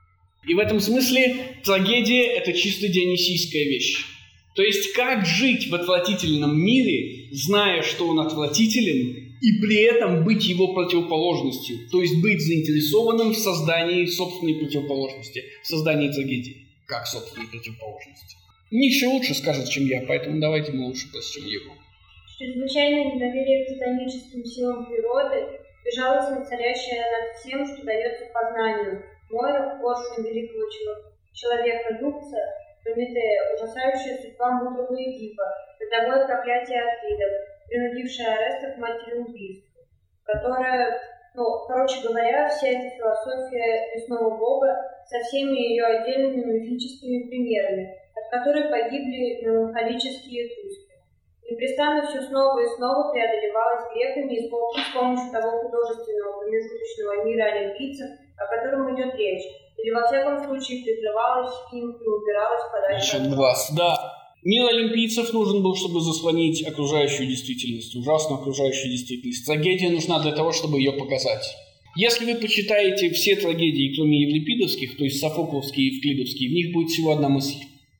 Speaker 1: И в этом смысле трагедия – это чисто дионисийская вещь. То есть как жить в отвратительном мире, зная, что он отвратителен, и при этом быть его противоположностью, то есть быть заинтересованным в создании собственной противоположности, в создании трагедии, как собственной противоположности. Ницше лучше скажет, чем я, поэтому давайте мы лучше прочтем его.
Speaker 2: Чрезвычайное недоверие к титаническим силам природы, безжалостно царящее над всем, что дается познанию, Мойра, коршун великого человека-дубца, Прометея, ужасающая судьба мудрого Эдипа, родовое проклятие Атридов, принудившее Ареста к матереубийству, которая, ну, короче говоря, вся эта философия лесного бога со всеми ее отдельными мифическими примерами, от которой погибли меланхолические этруски. Непрестанно все снова и снова преодолевалось греками с помощью того художественного промежуточного мира олимпийцев, о котором идет речь, или во всяком случае прикрывалась им и убиралась подальше от
Speaker 1: глаз. Да. Мир олимпийцев нужен был, чтобы заслонить окружающую действительность, ужасную окружающую действительность. Трагедия нужна для того, чтобы ее показать. Если вы почитаете все трагедии, кроме еврипидовских, то есть софокловские и евклидовские, в них будет всего одна мысль.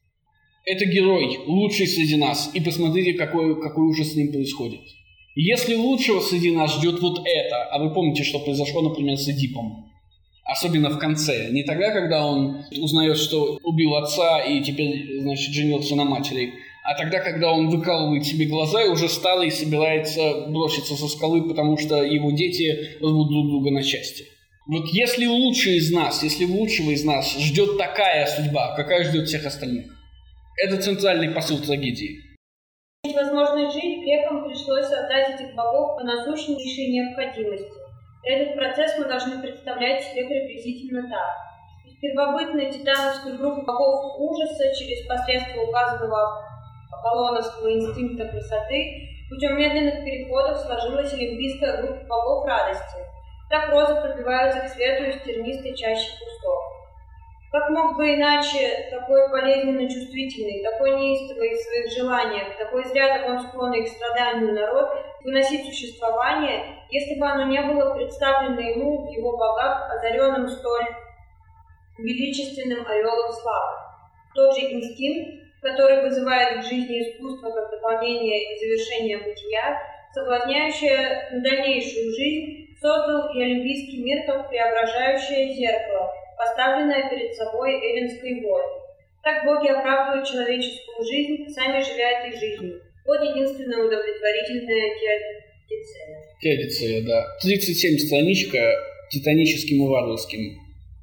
Speaker 1: Это герой, лучший среди нас, и посмотрите, какой, какой ужас с ним происходит. Если лучшего среди нас ждет вот это, а вы помните, что произошло, например, с Эдипом, особенно в конце, не тогда, когда он узнает, что убил отца и теперь, значит, женился на матери, а тогда, когда он выкалывает себе глаза и уже старый собирается броситься со скалы, потому что его дети рвут друг друга на части. Вот если лучший из нас, если лучшего из нас ждет такая судьба, какая ждет всех остальных, это центральный посыл трагедии.
Speaker 2: Для возможности жить, грекам пришлось создать этих богов по насущнейшей необходимости. Этот процесс мы должны представлять себе приблизительно так. Из первобытной титановской группы богов ужаса через посредство указанного аполлоновского инстинкта красоты путем медленных переходов сложилась олимпийская группа богов радости. Так розы пробиваются к свету из тернистой чащи кустов. Как мог бы иначе такой болезненно чувствительный, такой неистовый в своих желаниях, такой зря такой склонный к страданию народ выносить существование, если бы оно не было представлено ему в его богах, озаренным столь величественным ореолом славы? Тот же инстинкт, который вызывает в жизни искусство как дополнение и завершение бытия, соблазняющее на дальнейшую жизнь, создал и олимпийский мир как преображающее зеркало, поставленное перед собой эллинской волей. Так боги оправдывают человеческую жизнь, сами живя этой жизнью. Вот единственная удовлетворительная теодицея.
Speaker 1: Теодицея, да. тридцать семь страничка титаническим и варварским.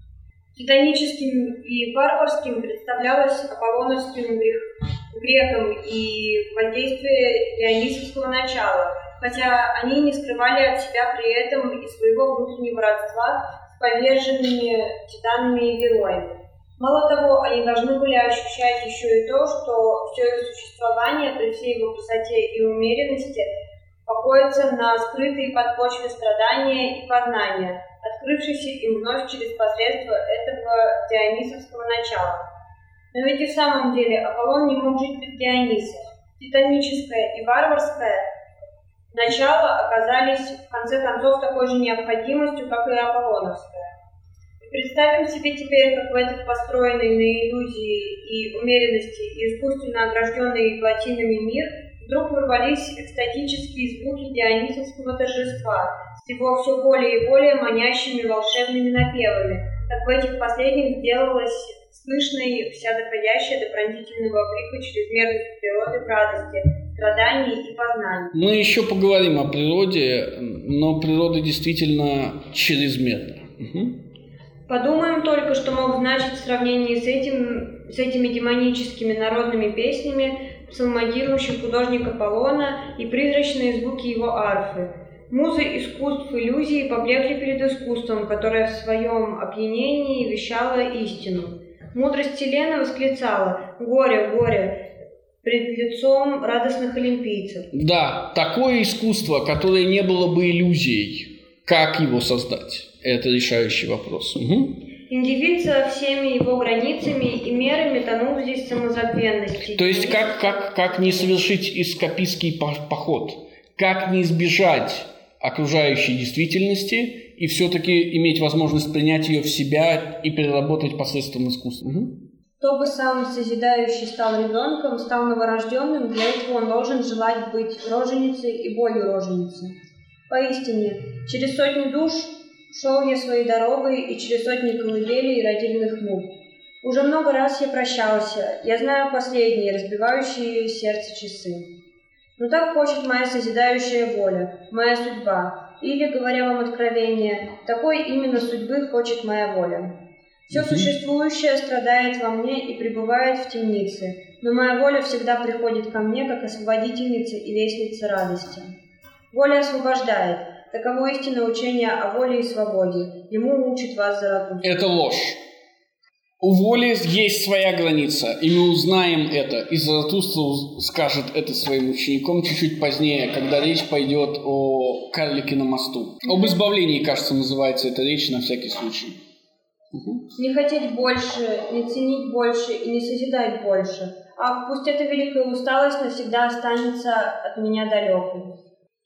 Speaker 2: Титаническим и варварским представлялось аполлоновским грекам и воздействие дионисовского начала, хотя они не скрывали от себя при этом и своего внутреннего родства с поверженными титанами и героями. Мало того, они должны были ощущать еще и то, что все их существование при всей его красоте и умеренности покоится на скрытой подпочве страдания и познания, открывшейся им вновь через посредство этого дионисовского начала. Но ведь и в самом деле Аполлон не мог жить без Диониса. Титаническое и варварское начало оказались в конце концов такой же необходимостью, как и аполлоновское. Представим себе теперь, как в этот построенный на иллюзии и умеренности и искусственно огражденный плотинами мир вдруг ворвались экстатические звуки дионисовского торжества с его все более и более манящими волшебными напевами, как в этих последних сделалась слышной вся доходящая до пронзительного крика чрезмерность природы в радости, страданий и познании.
Speaker 1: Мы еще поговорим о природе, но природа действительно чрезмерна. Угу.
Speaker 2: Подумаем только, что мог значить в сравнении с, этим, с этими демоническими народными песнями псалмодирующий художник Аполлона и призрачные звуки его арфы. Музы искусств иллюзии поблекли перед искусством, которое в своем опьянении вещало истину. Мудрость Селена восклицала «Горе, горе!» пред лицом радостных олимпийцев.
Speaker 1: Да, такое искусство, которое не было бы иллюзией. Как его создать? Это решающий вопрос. Угу.
Speaker 2: Индивид со всеми его границами и мерами тонул здесь в самозабвенности.
Speaker 1: То есть как, как, как не совершить эскапистский поход? Как не избежать окружающей действительности и все-таки иметь возможность принять ее в себя и переработать посредством искусства. Угу.
Speaker 2: Кто бы сам созидающий стал ребенком, стал новорожденным, для этого он должен желать быть роженицей и болью роженицы. Поистине, через сотни душ шел я своей дорогой и через сотни колыбелей и родильных мук. Уже много раз я прощался, я знаю последние, разбивающие сердце часы. Но так хочет моя созидающая воля, моя судьба, или, говоря вам откровение, такой именно судьбы хочет моя воля. Все существующее страдает во мне и пребывает в темнице, но моя воля всегда приходит ко мне как освободительница и вестница радости. Воля освобождает. Таково истинное учение о воле и свободе. Ему учит вас Заратустра.
Speaker 1: Это ложь. У воли есть своя граница, и мы узнаем это. И Заратустра скажет это своим ученикам чуть-чуть позднее, когда речь пойдет о карлике на мосту. Об избавлении, кажется, называется эта речь на всякий случай. Угу.
Speaker 2: Не хотеть больше, не ценить больше и не созидать больше. А пусть эта великая усталость навсегда останется от меня далекой.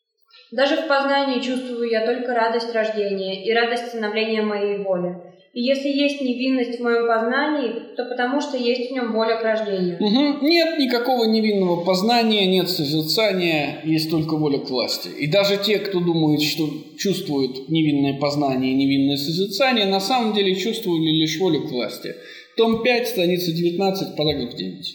Speaker 2: Даже в познании чувствую я только радость рождения и радость становления моей воли. И если есть невинность в моем познании, то потому что есть в нем воля к рождению.
Speaker 1: Угу. Нет никакого невинного познания, нет созерцания, есть только воля к власти. И даже те, кто думает, что чувствуют невинное познание и невинное созерцание, на самом деле чувствовали лишь волю к власти. Том пять, страница девятнадцать, параграф девять.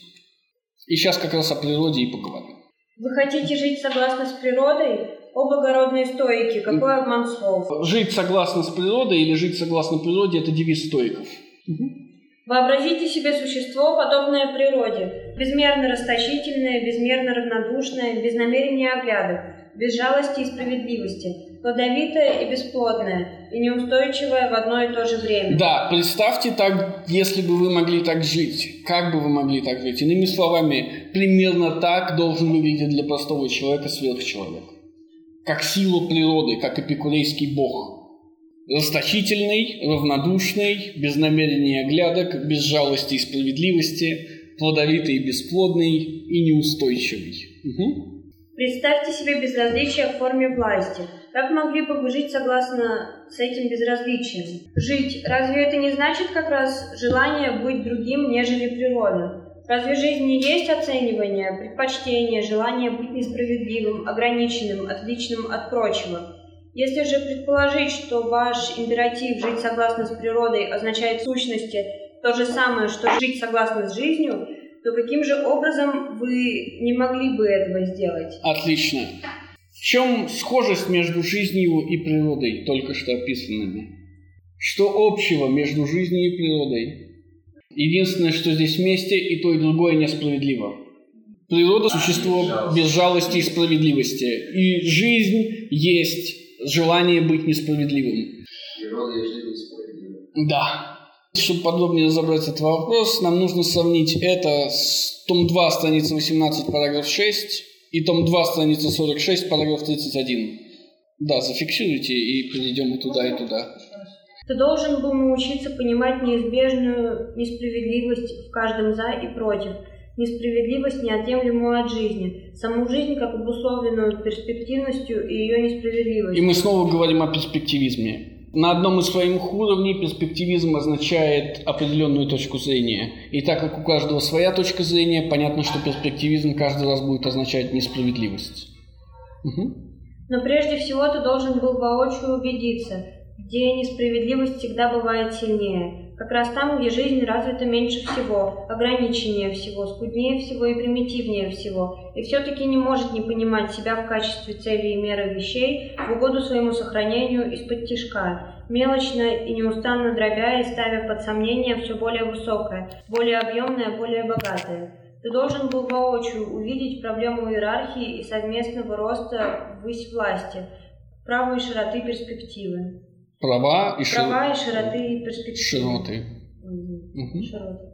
Speaker 1: И сейчас как раз о природе и поговорим.
Speaker 2: Вы хотите жить согласно с природой? О, благородные стоики, какой обман слов.
Speaker 1: Жить согласно с природой или жить согласно природе – это девиз стоиков. Угу.
Speaker 2: Вообразите себе существо, подобное природе, безмерно расточительное, безмерно равнодушное, без намерения оглядок, без жалости и справедливости, плодовитое и бесплодное, и неустойчивое в одно и то же время.
Speaker 1: Да, представьте так, если бы вы могли так жить. Как бы вы могли так жить? Иными словами, примерно так должен выглядеть для простого человека сверхчеловек. Как сила природы, как эпикурейский бог. Расточительный, равнодушный, без намерения оглядок, без жалости и справедливости, плодовитый и бесплодный и неустойчивый. Угу.
Speaker 2: Представьте себе безразличие в форме власти. Как могли бы вы жить согласно с этим безразличием? Жить, разве это не значит как раз желание быть другим, нежели природа? Разве жизнь не есть оценивание, предпочтение, желание быть несправедливым, ограниченным, отличным от прочего? Если же предположить, что ваш императив «жить согласно с природой» означает в сущности то же самое, что «жить согласно с жизнью», то каким же образом вы не могли бы этого сделать?
Speaker 1: Отлично. В чем схожесть между жизнью и природой, только что описанными? Что общего между жизнью и природой? Единственное, что здесь вместе, и то, и другое несправедливо. Природа – существо без жалости и справедливости. И жизнь есть желание быть несправедливым.
Speaker 3: Природа и жизнь несправедливы.
Speaker 1: Да. Чтобы подробнее разобрать этот вопрос, нам нужно сравнить это с том два, страница восемнадцать, параграф шесть, и том два, страница сорок шесть, параграф тридцать один. Да, зафиксируйте, и перейдем и туда, и туда.
Speaker 2: Ты должен был научиться понимать неизбежную несправедливость в каждом «за» и «против», несправедливость, неотъемлемую от жизни, саму жизнь как обусловленную перспективностью и ее несправедливостью.
Speaker 1: И мы снова говорим о перспективизме. На одном из своих уровней перспективизм означает определенную точку зрения. И так как у каждого своя точка зрения, понятно, что перспективизм каждый раз будет означать несправедливость. Угу.
Speaker 2: Но прежде всего ты должен был воочию убедиться, где несправедливость всегда бывает сильнее. Как раз там, где жизнь развита меньше всего, ограниченнее всего, скуднее всего и примитивнее всего, и все-таки не может не понимать себя в качестве цели и меры вещей в угоду своему сохранению из-под тишка, мелочно и неустанно дробя и ставя под сомнение все более высокое, более объемное, более богатое. Ты должен был воочию увидеть проблему иерархии и совместного роста ввысь власти, права и широты перспективы.
Speaker 1: Права и,
Speaker 2: Права
Speaker 1: шир...
Speaker 2: и широты перспективы.
Speaker 1: Широты.
Speaker 2: Угу. Широты.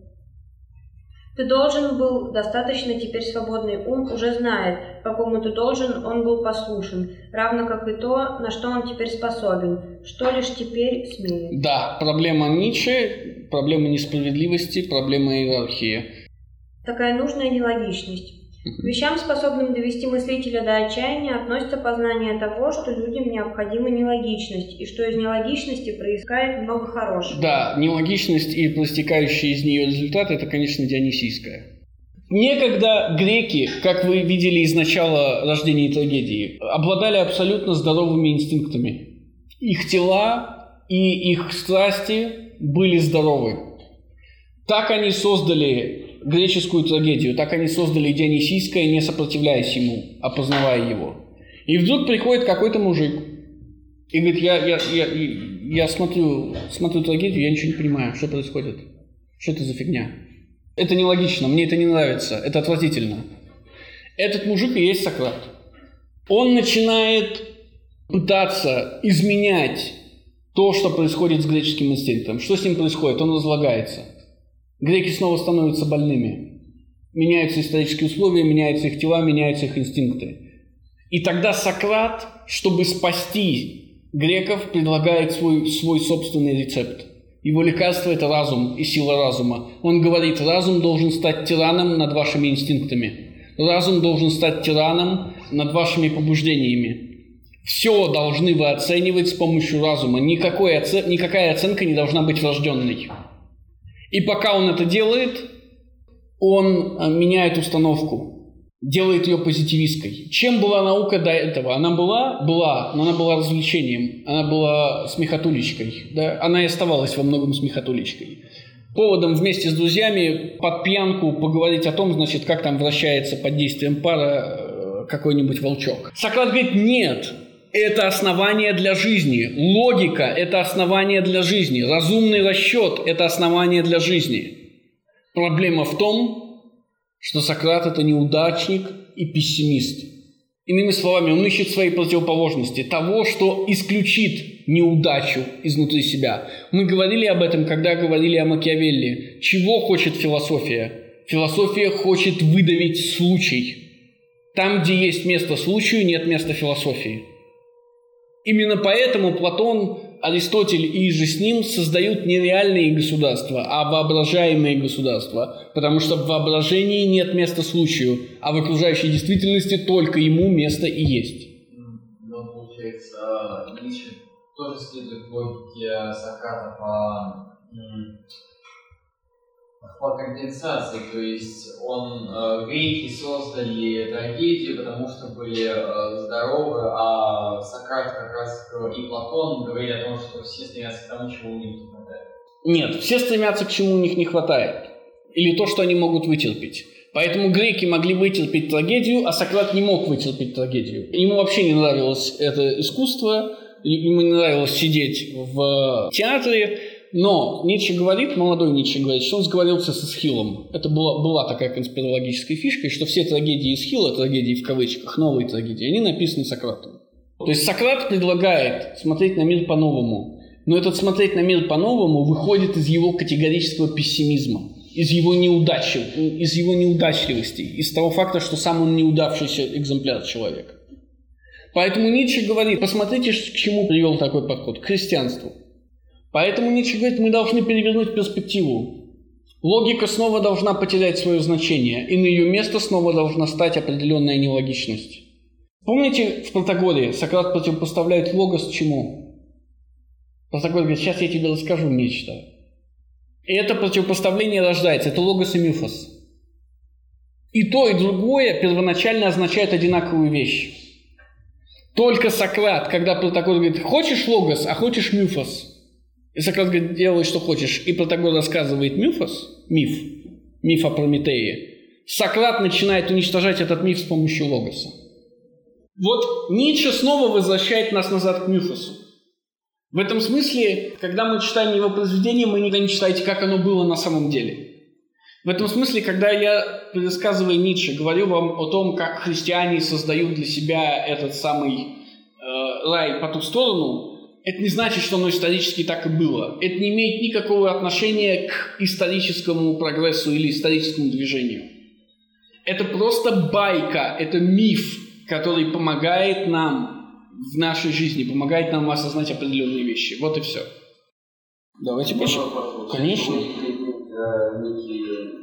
Speaker 2: Ты должен был, достаточно теперь свободный ум уже знает, какому ты должен, он был послушен, равно как и то, на что он теперь способен, что лишь теперь смеет.
Speaker 1: Да, проблема Ницше, проблема несправедливости, проблема иерархии.
Speaker 2: Такая нужная нелогичность. К вещам, способным довести мыслителя до отчаяния, относится познание того, что людям необходима нелогичность, и что из нелогичности происходит много хорошего.
Speaker 1: Да, нелогичность и проистекающие из нее результаты – это, конечно, дионисийское. Некогда греки, как вы видели из начала рождения трагедии, обладали абсолютно здоровыми инстинктами. Их тела и их страсти были здоровы. Так они создали греческую трагедию, так они создали дионисийское, не сопротивляясь ему, опознавая его. И вдруг приходит какой-то мужик и говорит: я, я, я, я смотрю, смотрю трагедию, я ничего не понимаю, что происходит, что это за фигня. Это нелогично, мне это не нравится, это отвратительно. Этот мужик и есть Сократ. Он начинает пытаться изменять то, что происходит с греческим инстинктом. Что с ним происходит? Он разлагается. Греки снова становятся больными. Меняются исторические условия, меняются их тела, меняются их инстинкты. И тогда Сократ, чтобы спасти греков, предлагает свой, свой собственный рецепт. Его лекарство – это разум и сила разума. Он говорит: разум должен стать тираном над вашими инстинктами. Разум должен стать тираном над вашими побуждениями. Все должны вы оценивать с помощью разума. Никакой оце... Никакая оценка не должна быть врожденной. И пока он это делает, он меняет установку, делает ее позитивистской. Чем была наука до этого? Она была, была, но она была развлечением, она была смехотуличкой. Да? Она и оставалась во многом смехотуличкой. Поводом вместе с друзьями под пьянку поговорить о том, значит, как там вращается под действием пара какой-нибудь волчок. Сократ говорит: нет. Это основание для жизни. Логика – это основание для жизни. Разумный расчет – это основание для жизни. Проблема в том, что Сократ – это неудачник и пессимист. Иными словами, он ищет свои противоположности, того, что исключит неудачу изнутри себя. Мы говорили об этом, когда говорили о Макиавелли. Чего хочет философия? Философия хочет выдавить случай. Там, где есть место случаю, нет места философии. Именно поэтому Платон, Аристотель и же с ним создают не реальные государства, а воображаемые государства, потому что в воображении нет места случаю, а в окружающей действительности только ему место и есть.
Speaker 5: Ну, получается, Ницше тоже следует логике Сократа по, по компенсации, то есть он, греки создали трагедию, потому что были здоровы, а Сократ как раз и Платон говорили о том, что все стремятся к тому, чего у них не хватает.
Speaker 1: Нет, все стремятся к чему у них не хватает, или то, что они могут вытерпеть. Поэтому греки могли вытерпеть трагедию, а Сократ не мог вытерпеть трагедию. Ему вообще не нравилось это искусство, ему не нравилось сидеть в театре. Но Ницше говорит, молодой Ницше говорит, что он сговорился с Эсхилом. Это была, была такая конспирологическая фишка, что все трагедии Эсхила, трагедии в кавычках, новые трагедии, они написаны Сократом. То есть Сократ предлагает смотреть на мир по-новому. Но этот смотреть на мир по-новому выходит из его категорического пессимизма, из его неудачи, из его неудачливости, из того факта, что сам он неудавшийся экземпляр человека. Поэтому Ницше говорит, посмотрите, к чему привел такой подход, к христианству. Поэтому Ницше говорит, мы должны перевернуть перспективу. Логика снова должна потерять свое значение, и на ее место снова должна стать определенная нелогичность. Помните, в Протагоре Сократ противопоставляет логос чему? Протагор говорит, сейчас я тебе расскажу нечто. И это противопоставление рождается, это логос и мифос. И то, и другое первоначально означает одинаковую вещь. Только Сократ, когда Протагор говорит, хочешь логос, а хочешь мифос? И Сократ говорит, делай, что хочешь. И Протагор рассказывает мифос, миф, миф о Прометее. Сократ начинает уничтожать этот миф с помощью логоса. Вот Ницше снова возвращает нас назад к мифосу. В этом смысле, когда мы читаем его произведение, мы никогда не читаете, как оно было на самом деле. В этом смысле, когда я, пересказывая Ницше, говорю вам о том, как христиане создают для себя этот самый э, рай по ту сторону, это не значит, что оно исторически так и было. Это не имеет никакого отношения к историческому прогрессу или историческому движению. Это просто байка, это миф, который помогает нам в нашей жизни, помогает нам осознать определенные вещи. Вот и все. Давайте больше. Конечно.
Speaker 3: Некий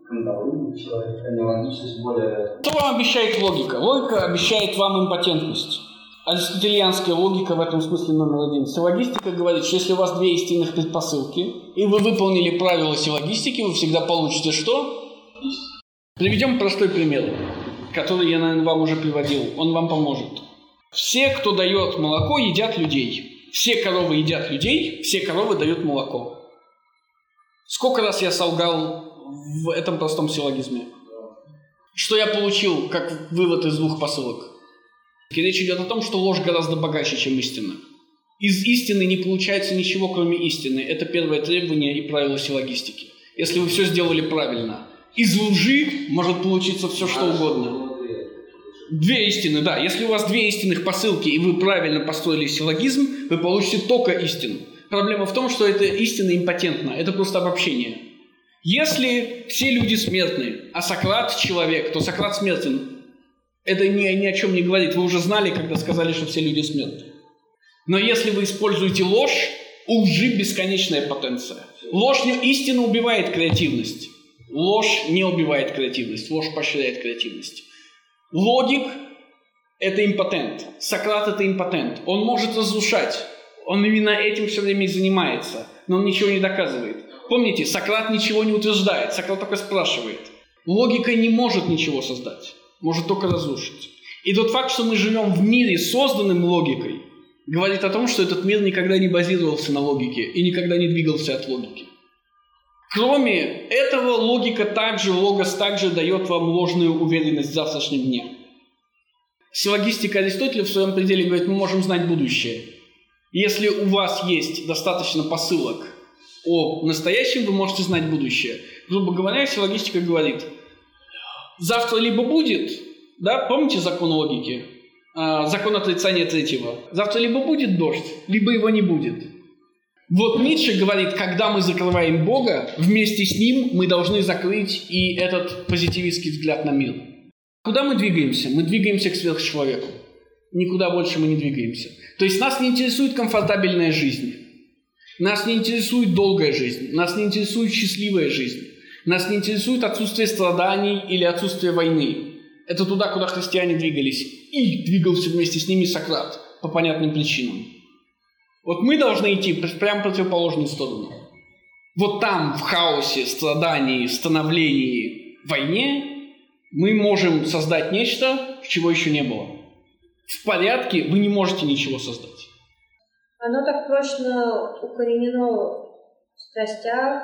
Speaker 3: скандалы человека, нелогичность более...
Speaker 1: Что вам обещает логика? Логика обещает вам импотентность. Аристотелианская логика в этом смысле номер один. Силлогистика говорит, что если у вас две истинных предпосылки, и вы выполнили правила силлогистики, вы всегда получите что? Приведем простой пример, который я, наверное, вам уже приводил. Он вам поможет. Все, кто дает молоко, едят людей. Все коровы едят людей, все коровы дают молоко. Сколько раз я солгал в этом простом силлогизме? Что я получил как вывод из двух посылок? И речь идет о том, что ложь гораздо богаче, чем истина. Из истины не получается ничего, кроме истины. Это первое требование и правило силлогистики. Если вы все сделали правильно. Из лжи может получиться все, что угодно. Две истины, да. Если у вас две истинных посылки, и вы правильно построили силлогизм, вы получите только истину. Проблема в том, что эта истина импотентна. Это просто обобщение. Если все люди смертны, а Сократ человек, то Сократ смертен. Это ни, ни о чем не говорит. Вы уже знали, когда сказали, что все люди смертны. Но если вы используете ложь, у лжи бесконечная потенция. Ложь не, истина убивает креативность. Ложь не убивает креативность. Ложь поощряет креативность. Логик – это импотент. Сократ – это импотент. Он может разрушать. Он именно этим все время и занимается. Но он ничего не доказывает. Помните, Сократ ничего не утверждает. Сократ только спрашивает. Логика не может ничего создать. Может только разрушить. И тот факт, что мы живем в мире, созданным логикой, говорит о том, что этот мир никогда не базировался на логике и никогда не двигался от логики. Кроме этого, логика также, логос также дает вам ложную уверенность в завтрашнем дне. Силлогистика Аристотеля в своем пределе говорит, мы можем знать будущее. Если у вас есть достаточно посылок о настоящем, вы можете знать будущее. Грубо говоря, силлогистика говорит, завтра либо будет, да, помните закон логики, а, закон отрицания третьего, завтра либо будет дождь, либо его не будет. Вот Ницше говорит, когда мы закрываем Бога, вместе с Ним мы должны закрыть и этот позитивистский взгляд на мир. Куда мы двигаемся? Мы двигаемся к сверхчеловеку. Никуда больше мы не двигаемся. То есть нас не интересует комфортабельная жизнь. Нас не интересует долгая жизнь. Нас не интересует счастливая жизнь. Нас не интересует отсутствие страданий или отсутствие войны. Это туда, куда христиане двигались. И двигался вместе с ними Сократ по понятным причинам. Вот мы должны идти прямо в противоположную сторону. Вот там, в хаосе, страдании, становлении, войне, мы можем создать нечто, чего еще не было. В порядке вы не можете ничего создать.
Speaker 2: Оно так прочно укоренено в страстях,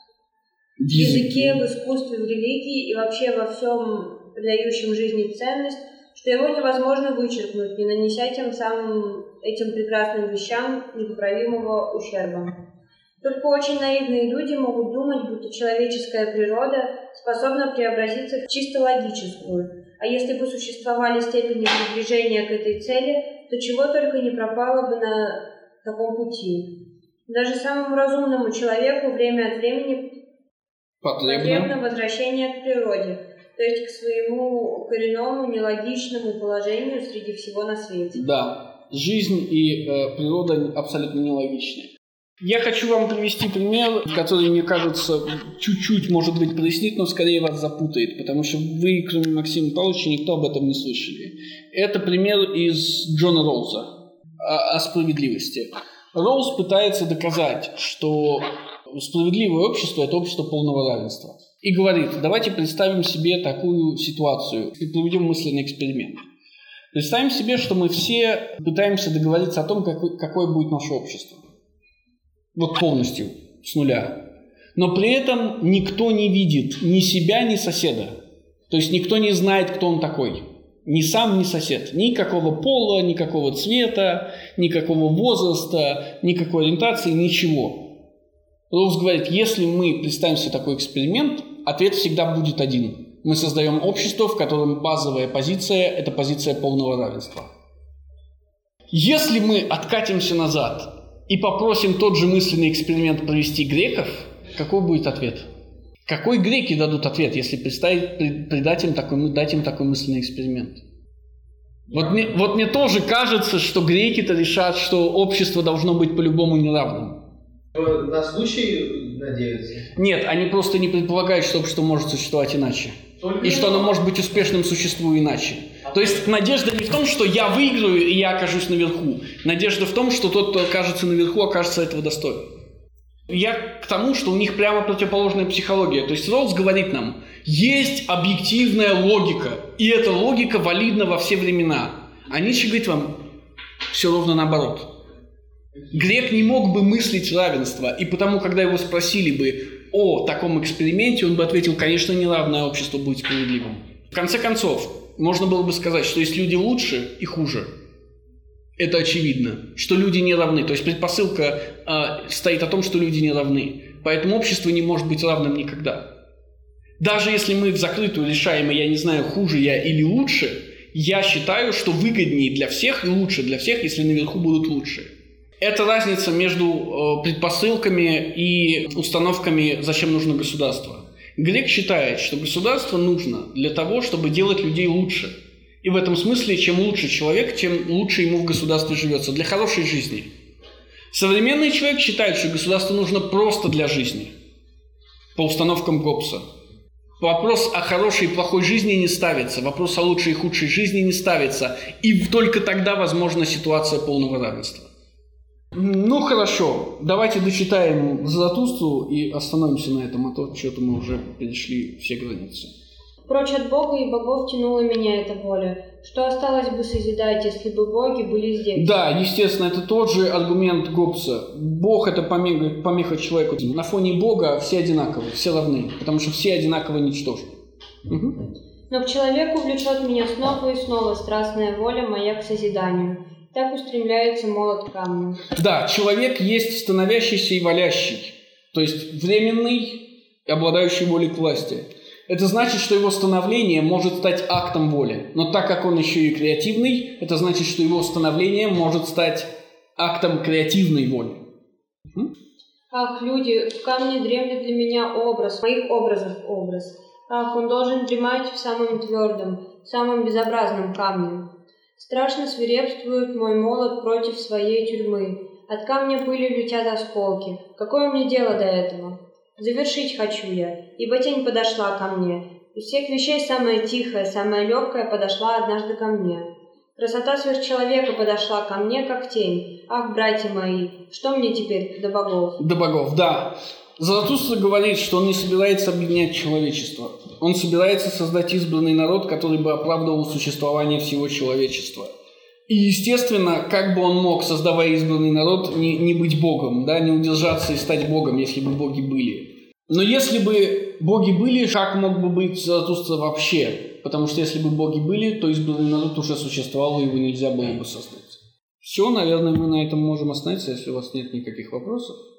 Speaker 2: в языке, в искусстве, в религии и вообще во всем придающем жизни ценность, что его невозможно вычеркнуть, не нанеся тем самым этим прекрасным вещам непоправимого ущерба. Только очень наивные люди могут думать, будто человеческая природа способна преобразиться в чисто логическую, а если бы существовали степени приближения к этой цели, то чего только не пропало бы на таком пути. Даже самому разумному человеку время от времени
Speaker 1: потребно,
Speaker 2: потребно возвращение к природе, то есть к своему коренному нелогичному положению среди всего на свете.
Speaker 1: Да, жизнь и э, природа абсолютно нелогичны. Я хочу вам привести пример, который, мне кажется, чуть-чуть, может быть, прояснит, но скорее вас запутает, потому что вы, кроме Максима Павловича, никто об этом не слышали. Это пример из Джона Роуза о, о справедливости. Роуз пытается доказать, что справедливое общество – это общество полного равенства. И говорит, давайте представим себе такую ситуацию, и проведем мысленный эксперимент. Представим себе, что мы все пытаемся договориться о том, какое, какое будет наше общество. Вот полностью, с нуля. Но при этом никто не видит ни себя, ни соседа. То есть никто не знает, кто он такой. Ни сам, ни сосед. Никакого пола, никакого цвета, никакого возраста, никакой ориентации, ничего. Роуз говорит, если мы представим себе такой эксперимент, ответ всегда будет один. Мы создаем общество, в котором базовая позиция – это позиция полного равенства. Если мы откатимся назад и попросим тот же мысленный эксперимент провести греков, какой будет ответ? Какой греки дадут ответ, если представить, придать им такой, дать им такой мысленный эксперимент? Вот мне, вот мне тоже кажется, что греки-то решат, что общество должно быть по-любому неравным.
Speaker 4: На случай надеются.
Speaker 1: Нет, они просто не предполагают, что общество может существовать иначе.
Speaker 6: Только
Speaker 1: И что оно может быть успешным, существуя иначе. То есть надежда не в том, что я выиграю и я окажусь наверху. Надежда в том, что тот, кто окажется наверху, окажется этого достоин. Я к тому, что у них прямо противоположная психология. То есть Роллс говорит нам, есть объективная логика, и эта логика валидна во все времена. А Ницше говорит вам все ровно наоборот. Грек не мог бы мыслить равенство, и потому, когда его спросили бы о таком эксперименте, он бы ответил, конечно, неравное общество будет справедливым. В конце концов, можно было бы сказать, что есть люди лучше и хуже. Это очевидно, что люди не равны. То есть предпосылка э, стоит о том, что люди не равны. Поэтому общество не может быть равным никогда. Даже если мы в закрытую решаем, и я не знаю, хуже я или лучше, я считаю, что выгоднее для всех и лучше для всех, если наверху будут лучше. Это разница между э, предпосылками и установками, зачем нужно государство. Грек считает, что государство нужно для того, чтобы делать людей лучше. И в этом смысле, чем лучше человек, тем лучше ему в государстве живется, для хорошей жизни. Современный человек считает, что государство нужно просто для жизни, по установкам Гоббса. Вопрос о хорошей и плохой жизни не ставится, вопрос о лучшей и худшей жизни не ставится, и только тогда возможна ситуация полного равенства. Ну хорошо, давайте дочитаем Заратустру и остановимся на этом, а то что-то мы уже перешли все границы.
Speaker 2: Прочь от Бога и богов тянула меня эта воля. Что осталось бы созидать, если бы боги были здесь?
Speaker 1: Да, естественно, это тот же аргумент Гоббса. Бог – это помеха, помеха человеку. На фоне Бога все одинаковы, все равны, потому что все одинаково ничтожны. Угу.
Speaker 2: Но к человеку влечет меня снова и снова страстная воля моя к созиданию. Так устремляется молот к камню.
Speaker 1: Да, человек есть становящийся и валящий, то есть временный и обладающий волей к власти. Это значит, что его становление может стать актом воли. Но так как он еще и креативный, это значит, что его становление может стать актом креативной воли. М?
Speaker 2: Ах, люди, в камне дремлет для меня образ, моих образов образ. Ах, он должен дремать в самом твердом, самом безобразном камне. Страшно свирепствует мой молот против своей тюрьмы. От камня пыли летят осколки. Какое мне дело до этого? Завершить хочу я, ибо тень подошла ко мне. Из всех вещей самая тихая, самая легкая подошла однажды ко мне. Красота сверхчеловека подошла ко мне, как тень. Ах, братья мои, что мне теперь до богов?
Speaker 1: До богов, да. Заратустра говорит, что он не собирается объединять человечество. Он собирается создать избранный народ, который бы оправдывал существование всего человечества. И, естественно, как бы он мог, создавая избранный народ, не, не быть богом, да, не удержаться и стать богом, если бы боги были. Но если бы боги были, как мог бы быть Заратустра вообще? Потому что если бы боги были, то избранный народ уже существовал, и его нельзя было бы создать. Все, наверное, мы на этом можем остановиться, если у вас нет никаких вопросов.